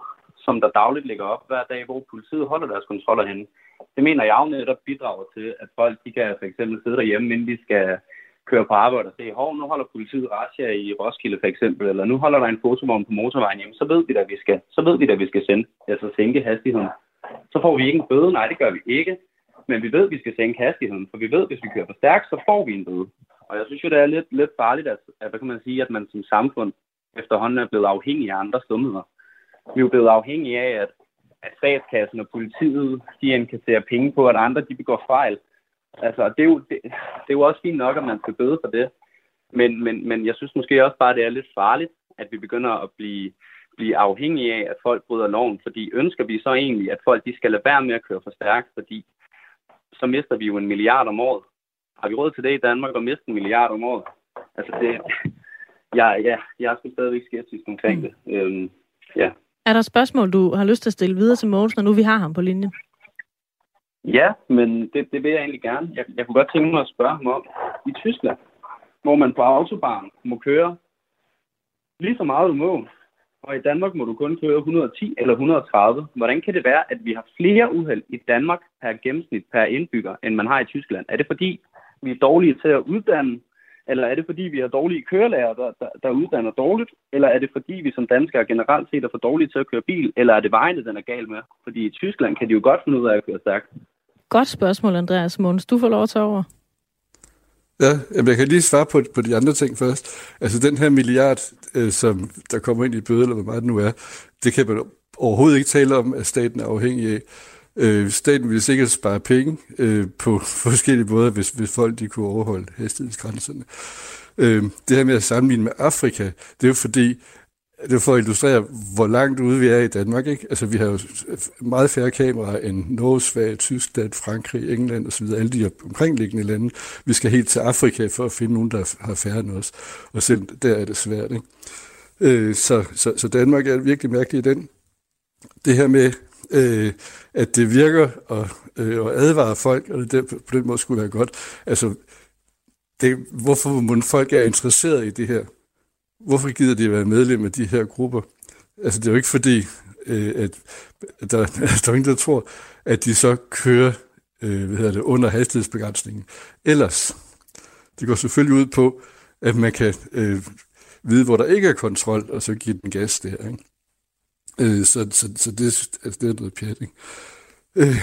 som der dagligt ligger op hver dag, hvor politiet holder deres kontroller henne. Det mener jeg jo netop bidrager til, at folk de kan for eksempel sidde derhjemme, inden de skal køre på arbejde og se, hov, nu holder politiet razzia i Roskilde for eksempel, eller nu holder der en fotovogn på motorvejen hjemme, så ved vi da, at vi skal, så ved vi da, at vi skal sende, altså sænke hastigheden. Så får vi ikke en bøde, nej, det gør vi ikke, men vi ved, at vi skal sænke hastigheden, for vi ved, at hvis vi kører for stærkt, så får vi en bøde. Og jeg synes jo, det er lidt, lidt farligt, at, at, hvad kan man sige, at man som samfund efterhånden er blevet afhængig af andre stumheder. Vi er jo blevet afhængige af, at, at statskassen og politiet, de inkasserer penge på, at andre de begår fejl. Altså, det er, jo, det, det er jo også fint nok, at man skal bøde for det. Men, men, men jeg synes måske også bare, at det er lidt farligt, at vi begynder at blive, blive afhængige af, at folk bryder loven. Fordi ønsker vi så egentlig, at folk de skal lade være med at køre for stærkt, fordi så mister vi jo en milliard om året. Har vi råd til det i Danmark at miste en milliard om året? Altså, det, ja, ja, jeg er sgu stadigvæk skeptisk omkring det. Øhm, ja. Er der et spørgsmål, du har lyst til at stille videre til Mogens, når nu vi har ham på linjen? Ja, men det, det vil jeg egentlig gerne. Jeg, jeg kunne godt tænke mig at spørge ham om. I Tyskland, hvor man på autobahn må køre lige så meget du må, og i Danmark må du kun køre et hundrede og ti eller et hundrede og tredive. Hvordan kan det være, at vi har flere uheld i Danmark per gennemsnit per indbygger, end man har i Tyskland? Er det fordi, vi er dårlige til at uddanne? Eller er det fordi, vi har dårlige kørelærer, der, der, der uddanner dårligt? Eller er det fordi, vi som danskere generelt set er for dårlige til at køre bil? Eller er det vejene, den er gal med? Fordi i Tyskland kan de jo godt finde ud af at køre stærkt. Godt spørgsmål, Andreas Mogens. Du får lov at tage over. Ja, jeg kan lige svare på, på de andre ting først. Altså den her milliard, øh, som der kommer ind i bøde, eller hvor meget det nu er, det kan man overhovedet ikke tale om, at staten er afhængig af. Øh, staten vil sikkert spare penge øh, på forskellige måder, hvis, hvis folk de kunne overholde hastighedsgrænserne. Øh, det her med at sammenligne med Afrika, det er jo fordi, det er for at illustrere, hvor langt ude vi er i Danmark, ikke? Altså, vi har jo meget færre kameraer end Norge, Sverige, Tyskland, Frankrig, England osv., alle de omkringliggende lande. Vi skal helt til Afrika for at finde nogen, der har færre end os. Og selv der er det svært, ikke? Øh, så, så, så Danmark er virkelig mærkelig i den. Det her med, øh, at det virker at, øh, at advare folk, og det på den måde skulle være godt. Altså, det, hvorfor må folk er interesseret i det her? Hvorfor gider de være medlem af de her grupper? Altså, det er jo ikke fordi, øh, at der, der er ingen, der tror, at de så kører øh, hvad hedder det, under hastighedsbegrænsningen. Ellers, det går selvfølgelig ud på, at man kan øh, vide, hvor der ikke er kontrol, og så give den gas der, ikke? Øh, så, så, så det, altså, det er noget pjat, ikke? Øh,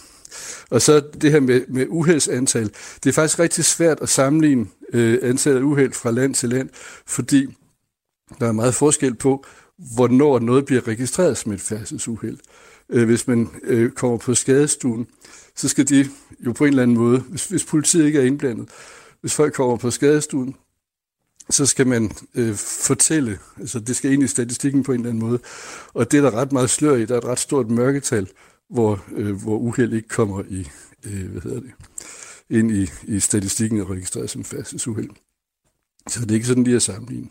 og så det her med, med uheldsantal. Det er faktisk rigtig svært at sammenligne øh, antallet af uheld fra land til land, fordi der er meget forskel på, hvornår noget bliver registreret som et færdselsuheld. Øh, hvis man øh, kommer på skadestuen, så skal de jo på en eller anden måde, hvis, hvis politiet ikke er indblandet, hvis folk kommer på skadestuen, så skal man øh, fortælle, altså det skal ind i statistikken på en eller anden måde, og det er der ret meget slør i, der er et ret stort mørketal, hvor, øh, hvor uheld ikke kommer i, øh, hvad hedder det, ind i, i statistikken og registreret som færdselsuheld. Så det er ikke sådan lige at sammenligne.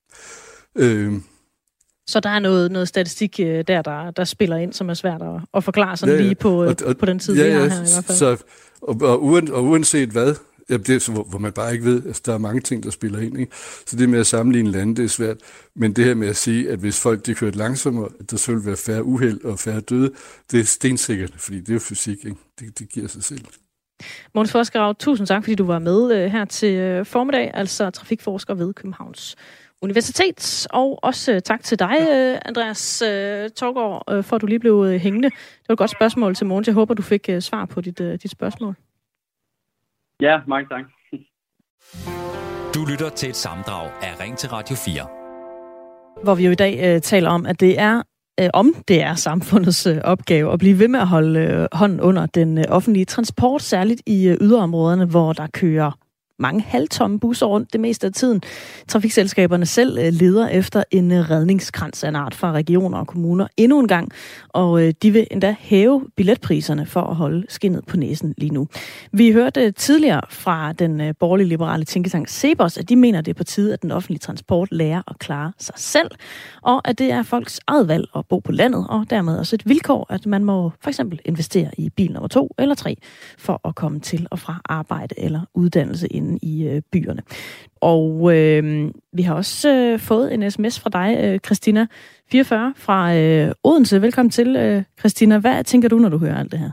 Øh, Så der er noget, noget statistik der, der, der spiller ind, som er svært at, at forklare sådan ja, ja. lige på, og, og, på den tid, ja, vi har her i hvert fald. Så, og, og, uen, og uanset hvad, ja, det er så, hvor, hvor man bare ikke ved, altså der er mange ting, der spiller ind, ikke? Så det med at sammenligne lande, det er svært. Men det her med at sige, at hvis folk de kører langsommere, at der så vil være færre uheld og færre døde, det er stensikkert, fordi det er jo fysik, ikke? Det, det giver sig selv. Mogens Forskerau, tusind tak, fordi du var med her til formiddag, altså trafikforsker ved Københavns Universitet. Og også tak til dig, Andreas Torgård, for at du lige blev hængende. Det var et godt spørgsmål til Mogens. Jeg håber, du fik svar på dit, dit spørgsmål. Ja, mange tak. Du lytter til et sammendrag af Ring til Radio fire. Hvor vi jo i dag uh, taler om, at det er, uh, om det er samfundets uh, opgave at blive ved med at holde uh, hånden under den uh, offentlige transport, særligt i uh, yderområderne, hvor der kører mange halvtomme busser rundt det meste af tiden. Trafikselskaberne selv leder efter en redningskrans af en art fra regioner og kommuner endnu en gang, og de vil endda hæve billetpriserne for at holde skindet på næsen lige nu. Vi hørte tidligere fra den borgerlige liberale tænketank CEPOS, at de mener, at det er på tide, at den offentlige transport lærer at klare sig selv, og at det er folks eget valg at bo på landet, og dermed også et vilkår, at man må for eksempel investere i bil nummer to eller tre for at komme til og fra arbejde eller uddannelse inden inde i øh, byerne. Og øh, vi har også øh, fået en sms fra dig, øh, Christina, fireogfyrre fra øh, Odense. Velkommen til, øh, Christina. Hvad tænker du, når du hører alt det her?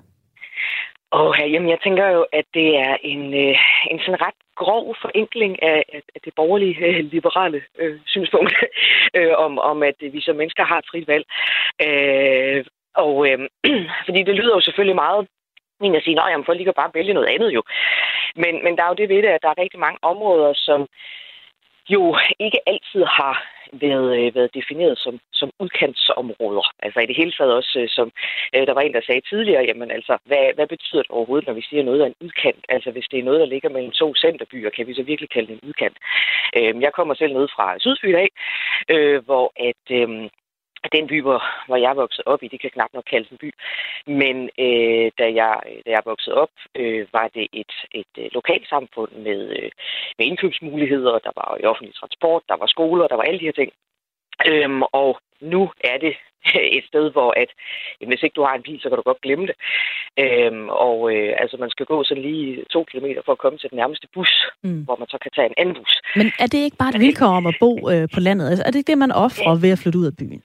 Oh, jamen, jeg tænker jo, at det er en, øh, en sådan ret grov forenkling af, af det borgerlige, øh, liberale øh, synspunkt øh, om, om, at vi som mennesker har et frit valg. Øh, og øh, fordi det lyder jo selvfølgelig meget men at sige, nej, jamen, folk kan bare vælge noget andet jo. Men, men der er jo det ved det, at der er rigtig mange områder, som jo ikke altid har været, været defineret som, som udkantsområder. Altså i det hele taget også, som øh, der var en, der sagde tidligere, jamen altså, hvad, hvad betyder det overhovedet, når vi siger noget af en udkant? Altså hvis det er noget, der ligger mellem to centerbyer, kan vi så virkelig kalde det en udkant? Øh, jeg kommer selv ned fra Sydfyn af, øh, hvor at... Øh, Den by, hvor, hvor jeg voksede op i, det kan knap nok kaldes en by. Men øh, da, jeg, da jeg voksede op, øh, var det et, et øh, lokalsamfund med, øh, med indkøbsmuligheder. Der var i offentlig transport, der var skoler, der var alle de her ting. Øhm, og nu er det et sted, hvor at, jamen, hvis ikke du har en bil, så kan du godt glemme det. Øhm, og øh, altså, man skal gå sådan lige to kilometer for at komme til den nærmeste bus, mm. hvor man så kan tage en anden bus. Men er det ikke bare et vilkår om at bo øh, på landet? Altså, er det ikke det, man offrer ved at flytte ud af byen?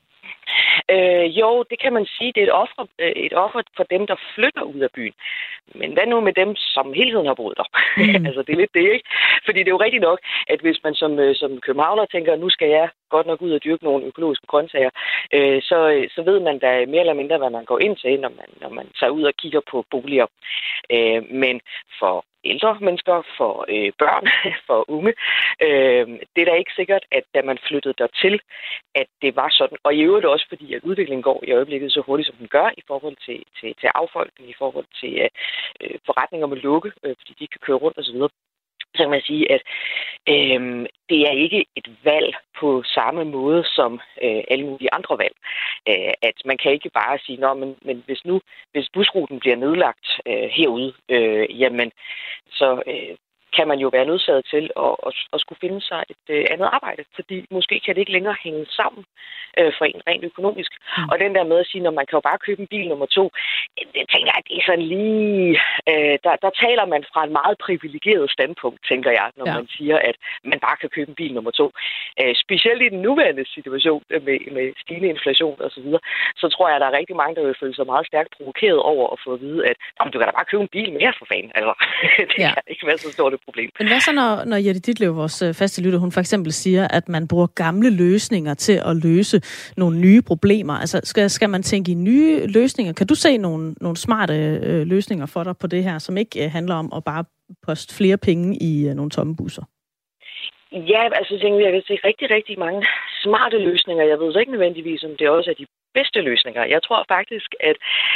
Øh, jo, det kan man sige. Det er et offer, et offer for dem, der flytter ud af byen. Men hvad nu med dem, som hele tiden har boet der? Mm. altså, det er lidt det, ikke? Fordi det er jo rigtigt nok, at hvis man som, som københavner tænker, nu skal jeg godt nok ud og dyrke nogle økologiske grøntsager, øh, så, så ved man da mere eller mindre, hvad man går ind til, når man, når man tager ud og kigger på boliger. Øh, men for ældre mennesker, for øh, børn, for unge. Øh, det er da ikke sikkert, at da man flyttede dertil, at det var sådan. Og i øvrigt også fordi, at udviklingen går i øjeblikket så hurtigt, som den gør, i forhold til, til, til affolkning, i forhold til øh, forretninger med lukke, øh, fordi de kan køre rundt osv. Så kan man sige, at øh, det er ikke et valg på samme måde som øh, alle mulige andre valg. Æh, at man kan ikke bare sige, nå, men, men hvis nu hvis busruten bliver nedlagt øh, herude, øh, jamen så øh, kan man jo være nødsaget til at, at, at skulle finde sig et øh, andet arbejde, fordi måske kan det ikke længere hænge sammen øh, for en rent økonomisk. Mm. Og den der med at sige, når man kan jo bare købe en bil nummer to, det tænker jeg, det er sådan lige... Øh, der, der taler man fra en meget privilegeret standpunkt, tænker jeg, når ja. man siger, at man bare kan købe en bil nummer to. Øh, specielt i den nuværende situation med, med stigende inflation og så videre, så tror jeg, at der er rigtig mange, der vil føle sig meget stærkt provokeret over at få at vide, at du kan da bare købe en bil mere for fanden. Altså, det ja. kan ikke være så stort et problem. Men hvad så, når, når Jette Ditlev, vores faste lytter, hun for eksempel siger, at man bruger gamle løsninger til at løse nogle nye problemer? Altså, skal, skal man tænke i nye løsninger? Kan du se nogle, nogle smarte øh, løsninger for dig på det her, som ikke øh, handler om at bare poste flere penge i øh, nogle tomme busser? Ja, altså jeg tænker, jeg kan se rigtig, rigtig mange smarte løsninger. Jeg ved så ikke nødvendigvis, om det også er de bedste løsninger. Jeg tror faktisk, at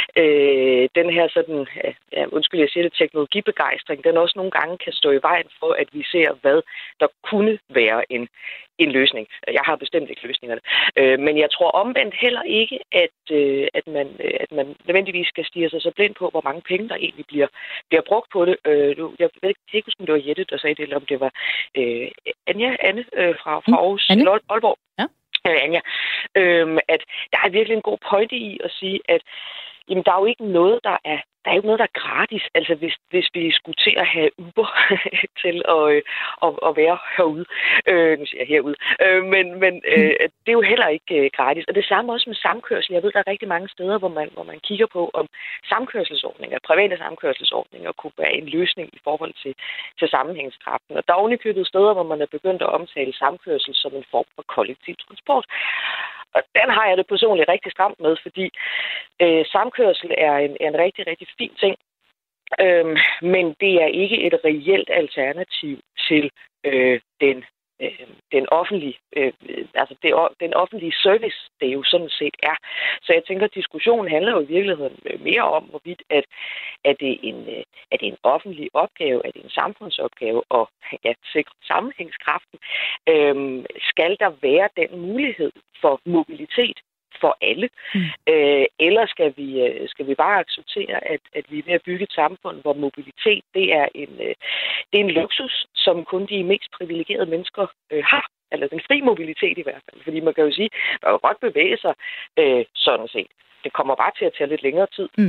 øh, den her sådan, ja, undskyld, jeg siger det, teknologibegejstring, den også nogle gange kan stå i vejen for, at vi ser, hvad der kunne være en, en løsning. Jeg har bestemt ikke løsningerne. Øh, men jeg tror omvendt heller ikke, at, øh, at, man, øh, at man nødvendigvis skal stirre sig så blind på, hvor mange penge der egentlig bliver, bliver brugt på det. Øh, jeg ved ikke, jeg ikke huske, om det var Jette, der sagde det, eller om det var øh, Anja, Anne øh, fra, fra Aarhus, mm, Aalborg. Ja. Anja, øhm, at der er virkelig en god pointe i at sige, at jamen, der er jo ikke noget, der er der er jo noget, der er gratis. Altså, hvis, hvis vi skulle til at have Uber til at, øh, at, at være herude. Øh, nu siger jeg herude. Øh, men men øh, det er jo heller ikke øh, gratis. Og det samme også med samkørsel. Jeg ved, der er rigtig mange steder, hvor man, hvor man kigger på, om samkørselsordninger, private samkørselsordninger, kunne være en løsning i forhold til, til sammenhængskraften. Og der er ovenikøbet steder, hvor man er begyndt at omtale samkørsel som en form for kollektiv transport. Og den har jeg det personligt rigtig stramt med, fordi øh, samkørsel er en, en rigtig, rigtig fin ting. Øhm, men det er ikke et reelt alternativ til øh, den, øh, den offentlige, øh, altså det, den offentlige service, det jo sådan set er. Så jeg tænker, at diskussionen handler jo i virkeligheden mere om, hvorvidt at, at det er en, er det en offentlig opgave, at det er en samfundsopgave at ja, sikre sammenhængskraften. Øhm, skal der være den mulighed for mobilitet for alle? Mm. Øh, eller skal vi, skal vi bare acceptere, at, at vi er ved at bygge et samfund, hvor mobilitet det er en, det er en luksus, som kun de mest privilegerede mennesker øh, har. Eller den fri mobilitet i hvert fald. Fordi man kan jo sige, at man kan godt bevæge sig øh, sådan set. Det kommer bare til at tage lidt længere tid. Mm.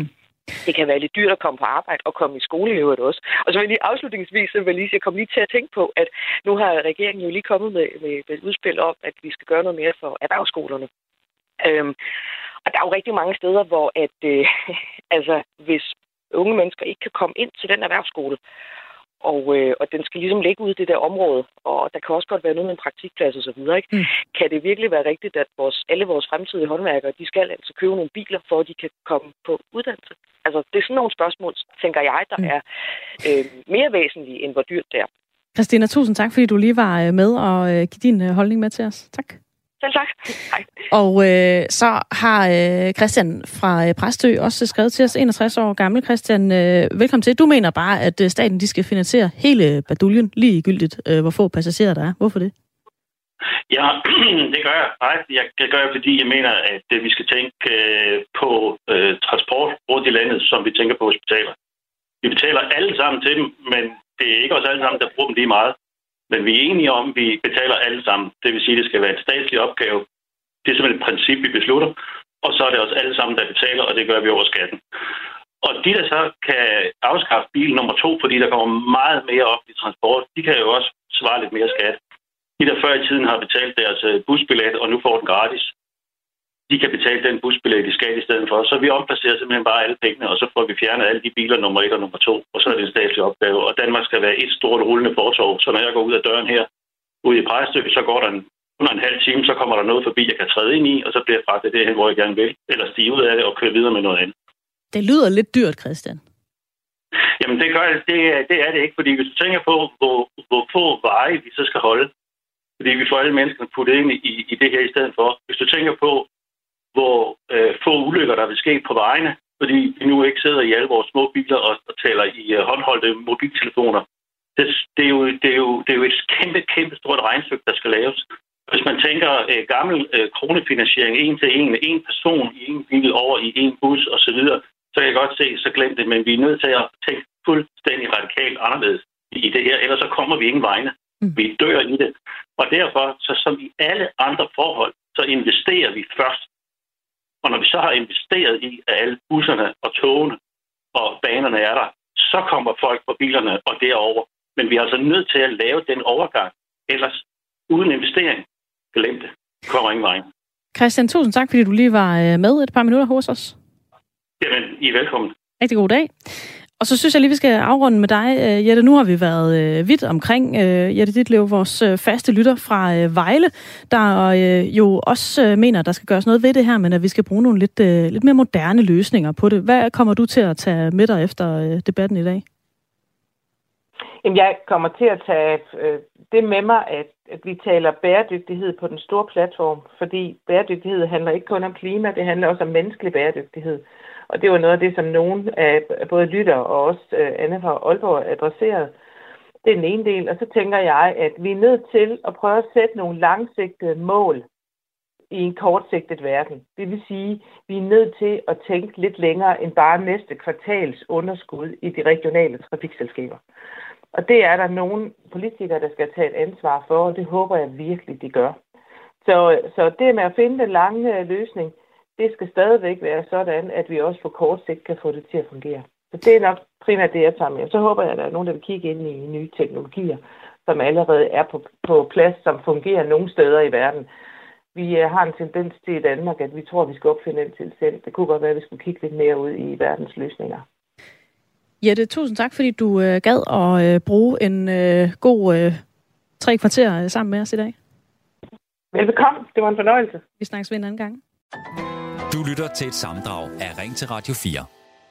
Det kan være lidt dyrt at komme på arbejde og komme i skole i øvrigt også. Og så vil jeg lige afslutningsvis, så vil jeg, lige, jeg kom lige til at tænke på, at nu har regeringen jo lige kommet med, med, med et udspil om, at vi skal gøre noget mere for erhvervsskolerne. Øhm, og der er jo rigtig mange steder, hvor at, øh, altså, hvis unge mennesker ikke kan komme ind til den erhvervsskole, og, øh, og den skal ligesom ligge ude i det der område, og der kan også godt være noget med en praktikplads og så videre, ikke? Mm. Kan det virkelig være rigtigt, at vores, alle vores fremtidige håndværkere, de skal altså købe nogle biler, for at de kan komme på uddannelse? Altså, det er sådan nogle spørgsmål, tænker jeg, der mm. er øh, mere væsentlige, end hvor dyrt det er. Christina, tusind tak, fordi du lige var med og øh, give din øh, holdning med til os. Tak. Selv tak. Hej. Og øh, så har øh, Christian fra øh, Præstø også skrevet til os, enogtres år gammel. Christian, øh, velkommen til. Du mener bare, at øh, staten de skal finansiere hele baduljen, ligegyldigt, øh, hvor få passagerer der er. Hvorfor det? Ja, det gør jeg. Nej, jeg, det gør jeg, fordi jeg mener, at øh, vi skal tænke øh, på øh, transport rundt i landet, som vi tænker på hospitaler. Vi betaler alle sammen til dem, men det er ikke os alle sammen, der bruger dem lige meget. Men vi er enige om, at vi betaler alle sammen. Det vil sige, at det skal være en statslig opgave. Det er simpelthen et princip, vi beslutter. Og så er det også alle sammen, der betaler, og det gør vi over skatten. Og de, der så kan afskaffe bil nummer to, fordi der kommer meget mere offentlig transport, de kan jo også svare lidt mere skat. De, der før i tiden har betalt deres busbillet, og nu får den gratis, de kan betale den busbillet, de skal i stedet for. Så vi omplacerer simpelthen bare alle pengene, og så får vi fjernet alle de biler nummer et og nummer to, og så er det en statslig opgave. Og Danmark skal være et stort rullende fortov. Så når jeg går ud af døren her, ude i Præstø, så går der en, under en halv time, så kommer der noget forbi, jeg kan træde ind i, og så bliver jeg fragtet derhen, hvor jeg gerne vil, eller stige ud af det og køre videre med noget andet. Det lyder lidt dyrt, Christian. Jamen det gør det, det er det ikke, fordi hvis du tænker på, hvor, hvor få veje vi så skal holde, fordi vi får alle mennesker puttet ind i, i det her i stedet for. Hvis du tænker på, hvor øh, få ulykker, der vil ske på vejene, fordi vi nu ikke sidder i alle vores små biler og, og taler i øh, håndholdte mobiltelefoner. Det, det, er jo, det, er jo, det er jo et kæmpe, kæmpe stort regnestykke, der skal laves. Hvis man tænker øh, gammel øh, kronefinansiering, en til en, en person i en bil over i en bus osv., så kan jeg godt se, så glem det, men vi er nødt til at tænke fuldstændig radikalt anderledes i det her, ellers så kommer vi ingen vegne. Mm. Vi dør i det. Og derfor, så som i alle andre forhold, så investerer vi først. Og når vi så har investeret i, at alle busserne og togene og banerne er der, så kommer folk på bilerne og derover. Men vi er altså nødt til at lave den overgang. Ellers uden investering, glem det. Kommer ingen vej. Christian, tusind tak, fordi du lige var med et par minutter hos os. Jamen, I er velkommen. Rigtig god dag. Og så synes jeg lige, vi skal afrunde med dig, Jette. Nu har vi været øh, vidt omkring øh, Jette Ditlev, vores øh, faste lytter fra øh, Vejle, der øh, jo også øh, mener, at der skal gøres noget ved det her, men at vi skal bruge nogle lidt, øh, lidt mere moderne løsninger på det. Hvad kommer du til at tage med dig efter øh, debatten i dag? Jamen, jeg kommer til at tage øh, det med mig, at, at vi taler bæredygtighed på den store platform, fordi bæredygtighed handler ikke kun om klima, det handler også om menneskelig bæredygtighed. Og det var noget af det, som nogen af både lytter og også uh, Anne fra Aalborg adresserede. Det er den ene del. Og så tænker jeg, at vi er nødt til at prøve at sætte nogle langsigtede mål i en kortsigtet verden. Det vil sige, at vi er nødt til at tænke lidt længere end bare næste kvartals underskud i de regionale trafikselskaber. Og det er der nogle politikere, der skal tage et ansvar for, og det håber jeg virkelig, de gør. Så, så det med at finde den lange løsning, det skal stadigvæk være sådan, at vi også på kort sigt kan få det til at fungere. Så det er nok primært det, jeg tager med. Så håber jeg, at der er nogen, der vil kigge ind i nye teknologier, som allerede er på, på plads, som fungerer nogle steder i verden. Vi har en tendens til i Danmark, at vi tror, at vi skal opfinde den til selv. Det kunne godt være, at vi skulle kigge lidt mere ud i verdens løsninger. Jette, tusind tak, fordi du øh, gad at øh, bruge en øh, god øh, tre kvarter øh, sammen med os i dag. Velbekomme. Det var en fornøjelse. Vi snakkes ved en anden gang. Du lytter til et sammendrag af Ring til Radio fire.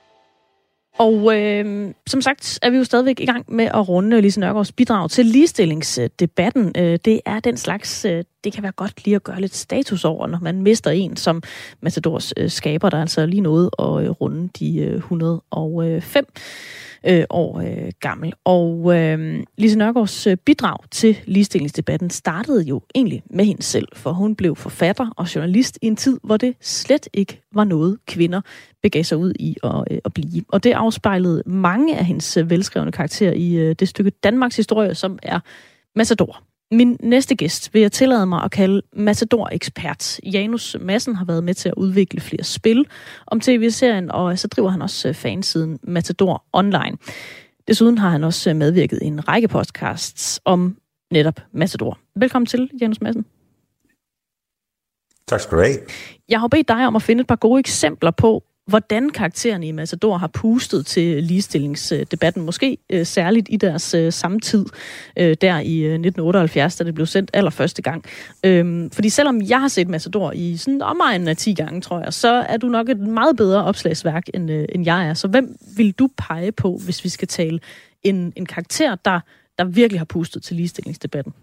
Og øh, som sagt er vi jo stadigvæk i gang med at runde Lise Nørgaards bidrag til ligestillingsdebatten. Øh, det er den slags, øh, det kan være godt lige at gøre lidt status over, når man mister en, som Matadors øh, skaber, der altså lige nåede at øh, runde de øh, et hundrede og fem øh, år øh, gammel. Og øh, Lise Nørgaards øh, bidrag til ligestillingsdebatten startede jo egentlig med hende selv, for hun blev forfatter og journalist i en tid, hvor det slet ikke var noget, kvinder begav sig ud i at, øh, at blive. Og det afspejlede mange af hendes øh, velskrevne karakterer i øh, det stykke Danmarks historie, som er Matador. Min næste gæst vil jeg tillade mig at kalde Matador-ekspert. Janus Madsen har været med til at udvikle flere spil om tv-serien, og så driver han også fansiden Matador Online. Desuden har han også medvirket i en række podcasts om netop Matador. Velkommen til, Janus Madsen. Tak skal du have. Jeg har bedt dig om at finde et par gode eksempler på, hvordan karaktererne i Matador har pustet til ligestillingsdebatten, måske øh, særligt i deres øh, samtid, øh, der i øh, nitten otteoghalvfjerds, da det blev sendt allerførste gang. Øhm, fordi selvom jeg har set Matador i sådan omegnen af ti gange, tror jeg, så er du nok et meget bedre opslagsværk, end, øh, end jeg er. Så hvem vil du pege på, hvis vi skal tale en, en karakter, der, der virkelig har pustet til ligestillingsdebatten?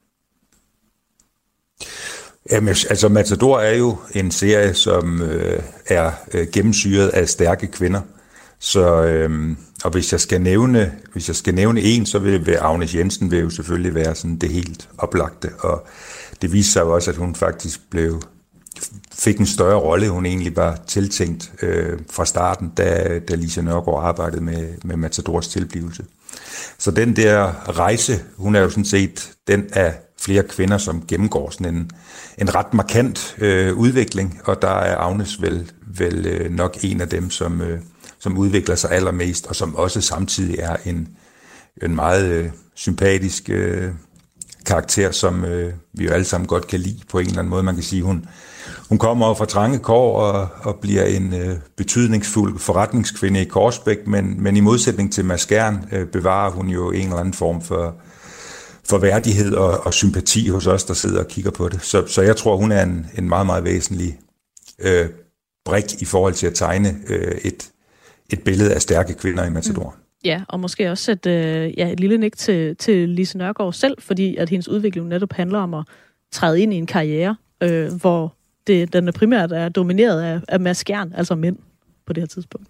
Jamen, altså Matador er jo en serie, som øh, er øh, gennemsyret af stærke kvinder. Så øh, og hvis jeg skal nævne, hvis jeg skal nævne en, så vil, vil Agnes Jensen vil jo selvfølgelig være sådan det helt oplagte. Og det viser sig jo også, at hun faktisk blev fik en større rolle, hun egentlig var tiltænkt øh, fra starten, da, da Lise Nørgaard arbejdede med, med Matadors tilblivelse. Så den der rejse, hun er jo sådan set den af flere kvinder, som gennemgår sådan en, en ret markant øh, udvikling, og der er Agnes vel, vel øh, nok en af dem, som, øh, som udvikler sig allermest, og som også samtidig er en, en meget øh, sympatisk øh, karakter, som øh, vi jo alle sammen godt kan lide på en eller anden måde. Man kan sige, hun, hun kommer fra trange kår og, og bliver en øh, betydningsfuld forretningskvinde i Korsbæk, men, men i modsætning til Mads Skjern øh, bevarer hun jo en eller anden form for for værdighed og, og sympati hos os, der sidder og kigger på det. Så, så jeg tror, hun er en, en meget, meget væsentlig øh, brik i forhold til at tegne øh, et, et billede af stærke kvinder i Matador. Mm. Ja, og måske også et, øh, ja, et lille nik til, til Lise Nørgaard selv, fordi at hendes udvikling netop handler om at træde ind i en karriere, øh, hvor det, den er primært er domineret af, af Mads Skjern, altså mænd på det her tidspunkt.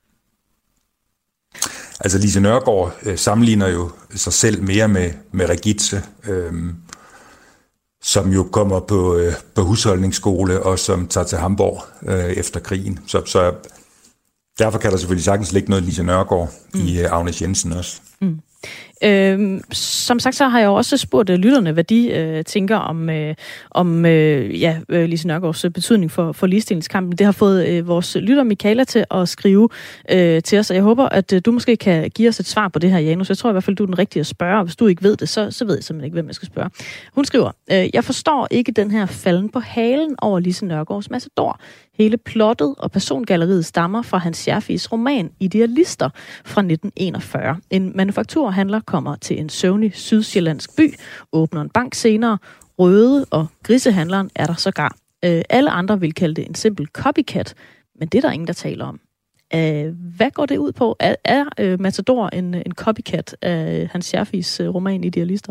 Altså Lise Nørgaard øh, sammenligner jo sig selv mere med, med Regitze, øh, som jo kommer på, øh, på husholdningsskole og som tager til Hamburg øh, efter krigen. Så, så derfor kan der selvfølgelig sagtens ligge noget Lise Nørgaard mm. i øh, Agnes Jensen også. Mm. Øhm, som sagt, så har jeg jo også spurgt uh, lytterne, hvad de uh, tænker om, uh, om uh, ja, uh, Lise Nørgaards uh, betydning for, for ligestillingskampen. Det har fået uh, vores lytter Michaela til at skrive uh, til os, og jeg håber, at uh, du måske kan give os et svar på det her, Janus. Jeg tror i hvert fald, du er den rigtige at spørge, og hvis du ikke ved det, så, så ved jeg simpelthen ikke, hvem jeg skal spørge. Hun skriver, uh, jeg forstår ikke den her falden på halen over Lise Nørgaards Matador. Hele plottet og persongalleriet stammer fra Hans Scherfis roman Idealister fra nitten enogfyrre. En manufakturhandler kommer til en søvnig sydsjællandsk by, åbner en bank senere. Røde og grisehandleren er der sågar. Øh, alle andre vil kalde det en simpel copycat, men det er der ingen, der taler om. Øh, hvad går det ud på? Er, er øh, Matador en, en copycat af Hans Scherfis øh, roman Idealister?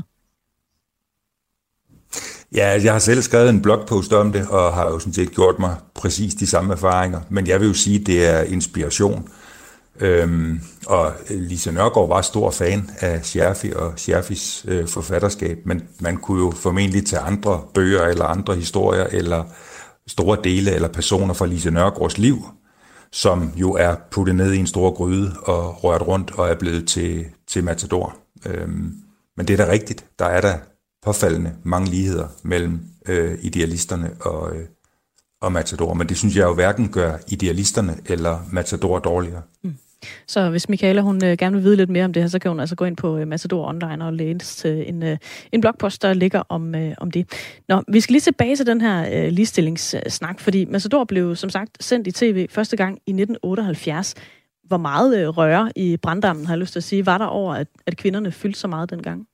Ja, jeg har selv skrevet en blogpost om det, og har jo sådan set gjort mig præcis de samme erfaringer. Men jeg vil jo sige, at det er inspiration. Øhm, og Lise Nørgaard var stor fan af Scherfi og Scherfis øh, forfatterskab, men man kunne jo formentlig tage andre bøger eller andre historier eller store dele eller personer fra Lise Nørgaards liv, som jo er puttet ned i en stor gryde og rørt rundt og er blevet til, til Matador. Øhm, men det er da rigtigt. Der er der påfaldende mange ligheder mellem øh, idealisterne og, øh, og Matador, men det synes jeg jo hverken gør idealisterne eller Matador dårligere. Mm. Så hvis Michaela hun øh, gerne vil vide lidt mere om det her, så kan hun altså gå ind på øh, Matador Online og læse øh, en, øh, en blogpost, der ligger om, øh, om det. Nå, vi skal lige tilbage til den her øh, ligestillingssnak, fordi Matador blev som sagt sendt i tv første gang i nitten otteoghalvfjerds. Hvor meget øh, røre i branddammen, har jeg lyst til at sige, var der over, at, at kvinderne fyldte så meget dengang?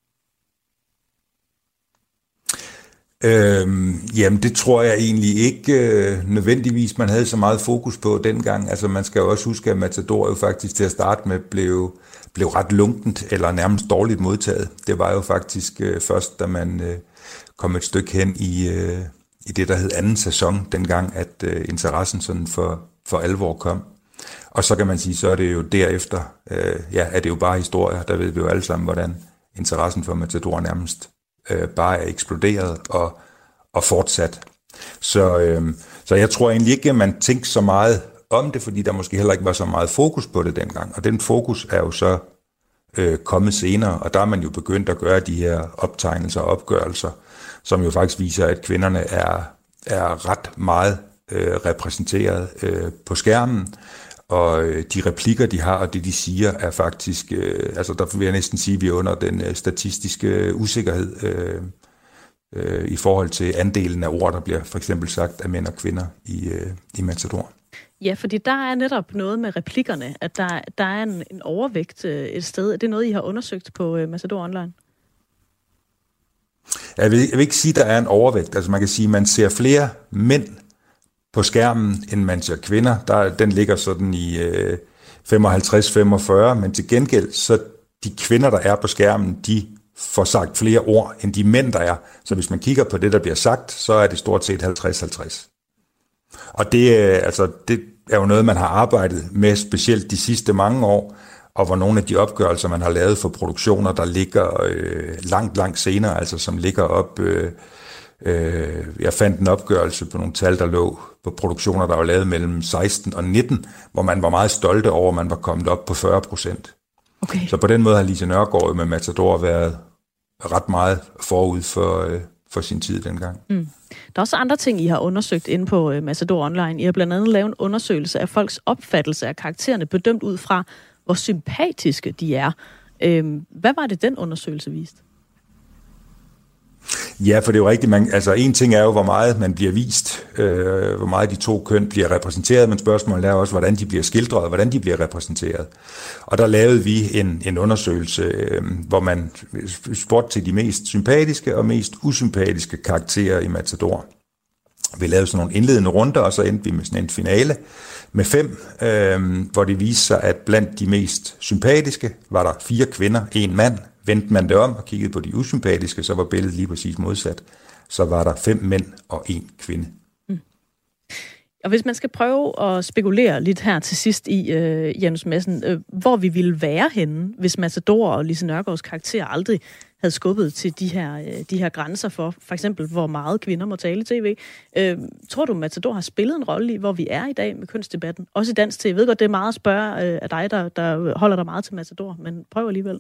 Øhm, jamen det tror jeg egentlig ikke øh, nødvendigvis man havde så meget fokus på dengang. Altså man skal jo også huske, at Matador jo faktisk til at starte med blev, blev ret lunkent eller nærmest dårligt modtaget. Det var jo faktisk øh, først, da man øh, kom et stykke hen i, øh, i det, der hed anden sæson, dengang at øh, interessen sådan for, for alvor kom. Og så kan man sige, så er det jo derefter, øh, ja, er det jo bare historier, der ved vi jo alle sammen, hvordan interessen for Matador nærmest øh, bare er eksploderet og, og fortsat. Så, øh, så jeg tror egentlig ikke, at man tænkte så meget om det, fordi der måske heller ikke var så meget fokus på det dengang. Og den fokus er jo så øh, kommet senere, og der er man jo begyndt at gøre de her optegnelser og opgørelser, som jo faktisk viser, at kvinderne er, er ret meget øh, repræsenteret øh, på skærmen, og øh, de replikker, de har, og det, de siger, er faktisk, øh, altså der vil jeg næsten sige, at vi er under den øh, statistiske usikkerhed øh, øh, i forhold til andelen af ord, der bliver for eksempel sagt af mænd og kvinder i, øh, i Matador. Ja, fordi der er netop noget med replikkerne, at der, der er en, en overvægt øh, et sted. Er det noget, I har undersøgt på øh, Matador Online? Jeg vil, jeg vil ikke sige, at der er en overvægt. Altså man kan sige, at man ser flere mænd på skærmen, end man ser kvinder. Der, den ligger sådan i øh, femoghalvtreds til femogfyrre, men til gengæld, så de kvinder, der er på skærmen, de får sagt flere ord, end de mænd, der er. Så hvis man kigger på det, der bliver sagt, så er det stort set halvtreds halvtreds. Og det, altså, det er jo noget, man har arbejdet med, specielt de sidste mange år, og hvor nogle af de opgørelser, man har lavet for produktioner, der ligger øh, langt, langt senere, altså som ligger op... Øh, øh, jeg fandt en opgørelse på nogle tal, der lå på produktioner, der var lavet mellem seksten og nitten, hvor man var meget stolte over, at man var kommet op på fyrre procent. Okay. Så på den måde har Lise Nørgaard med Matador været ret meget forud for... Øh, for sin tid dengang. Mm. Der er også andre ting, I har undersøgt inde på uh, Matador Online. I har blandt andet lavet en undersøgelse af folks opfattelse af karaktererne, bedømt ud fra, hvor sympatiske de er. Øhm, hvad var det, den undersøgelse viste? Ja, for det er jo rigtigt. Man, altså, en ting er jo, hvor meget man bliver vist, øh, hvor meget de to køn bliver repræsenteret, men spørgsmålet er også, hvordan de bliver skildret, og hvordan de bliver repræsenteret. Og der lavede vi en, en undersøgelse, øh, hvor man spurgte til de mest sympatiske og mest usympatiske karakterer i Matador. Vi lavede sådan nogle indledende runder, og så endte vi med sådan en finale med fem, øh, hvor det viste sig, at blandt de mest sympatiske var der fire kvinder, en mand. Vendte man det om og kiggede på de usympatiske, så var billedet lige præcis modsat. Så var der fem mænd og en kvinde. Mm. Og hvis man skal prøve at spekulere lidt her til sidst i, øh, Janus Madsen, øh, hvor vi ville være henne, hvis Matador og Lise Nørgaards karakter aldrig havde skubbet til de her, øh, de her grænser for, for eksempel, hvor meget kvinder må tale i tv. Øh, tror du, Matador har spillet en rolle i, hvor vi er i dag med kønsdebatten? Også i dansk tv. Jeg ved godt, det er meget at spørge øh, af dig, der, der holder dig meget til Matador, men prøv alligevel.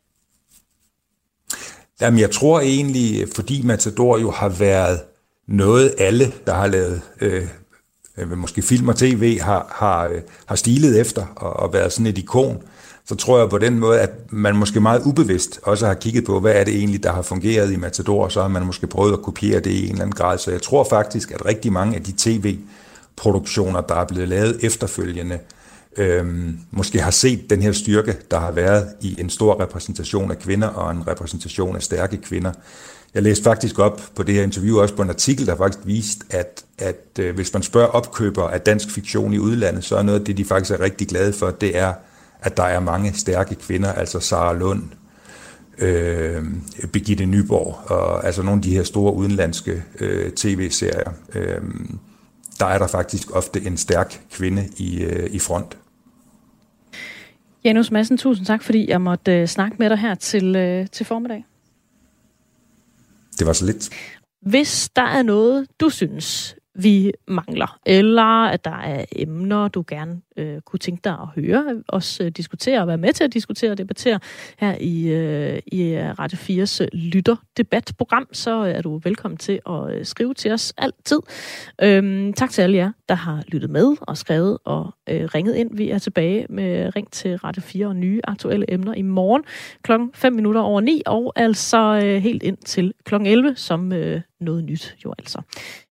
Jamen, jeg tror egentlig, fordi Matador jo har været noget, alle, der har lavet øh, måske film og tv, har, har, har stilet efter og, og været sådan et ikon, så tror jeg på den måde, at man måske meget ubevidst også har kigget på, hvad er det egentlig, der har fungeret i Matador, og så har man måske prøvet at kopiere det i en eller anden grad. Så jeg tror faktisk, at rigtig mange af de tv-produktioner, der er blevet lavet efterfølgende, Øhm, måske har set den her styrke, der har været i en stor repræsentation af kvinder og en repræsentation af stærke kvinder. Jeg læste faktisk op på det her interview også på en artikel, der faktisk viste, at, at øh, hvis man spørger opkøbere af dansk fiktion i udlandet, så er noget af det, de faktisk er rigtig glade for, det er, at der er mange stærke kvinder, altså Sara Lund, øh, Birgitte Nyborg, og altså nogle af de her store udenlandske øh, tv-serier. Øh, der er der faktisk ofte en stærk kvinde i, øh, i front. Janus Madsen, tusind tak, fordi jeg måtte øh, snakke med dig her til, øh, til formiddag. Det var så lidt. Hvis der er noget, du synes, vi mangler, eller at der er emner, du gerne øh, kunne tænke dig at høre os øh, diskutere og være med til at diskutere og debattere her i, øh, i Radio fires lytterdebatprogram, så er du velkommen til at øh, skrive til os altid. Øhm, tak til alle jer, der har lyttet med og skrevet og øh, ringet ind. Vi er tilbage med Ring til Radio fire og nye aktuelle emner i morgen klokken fem minutter over ni, og altså øh, helt ind til klokken elleve som øh, noget nyt jo altså.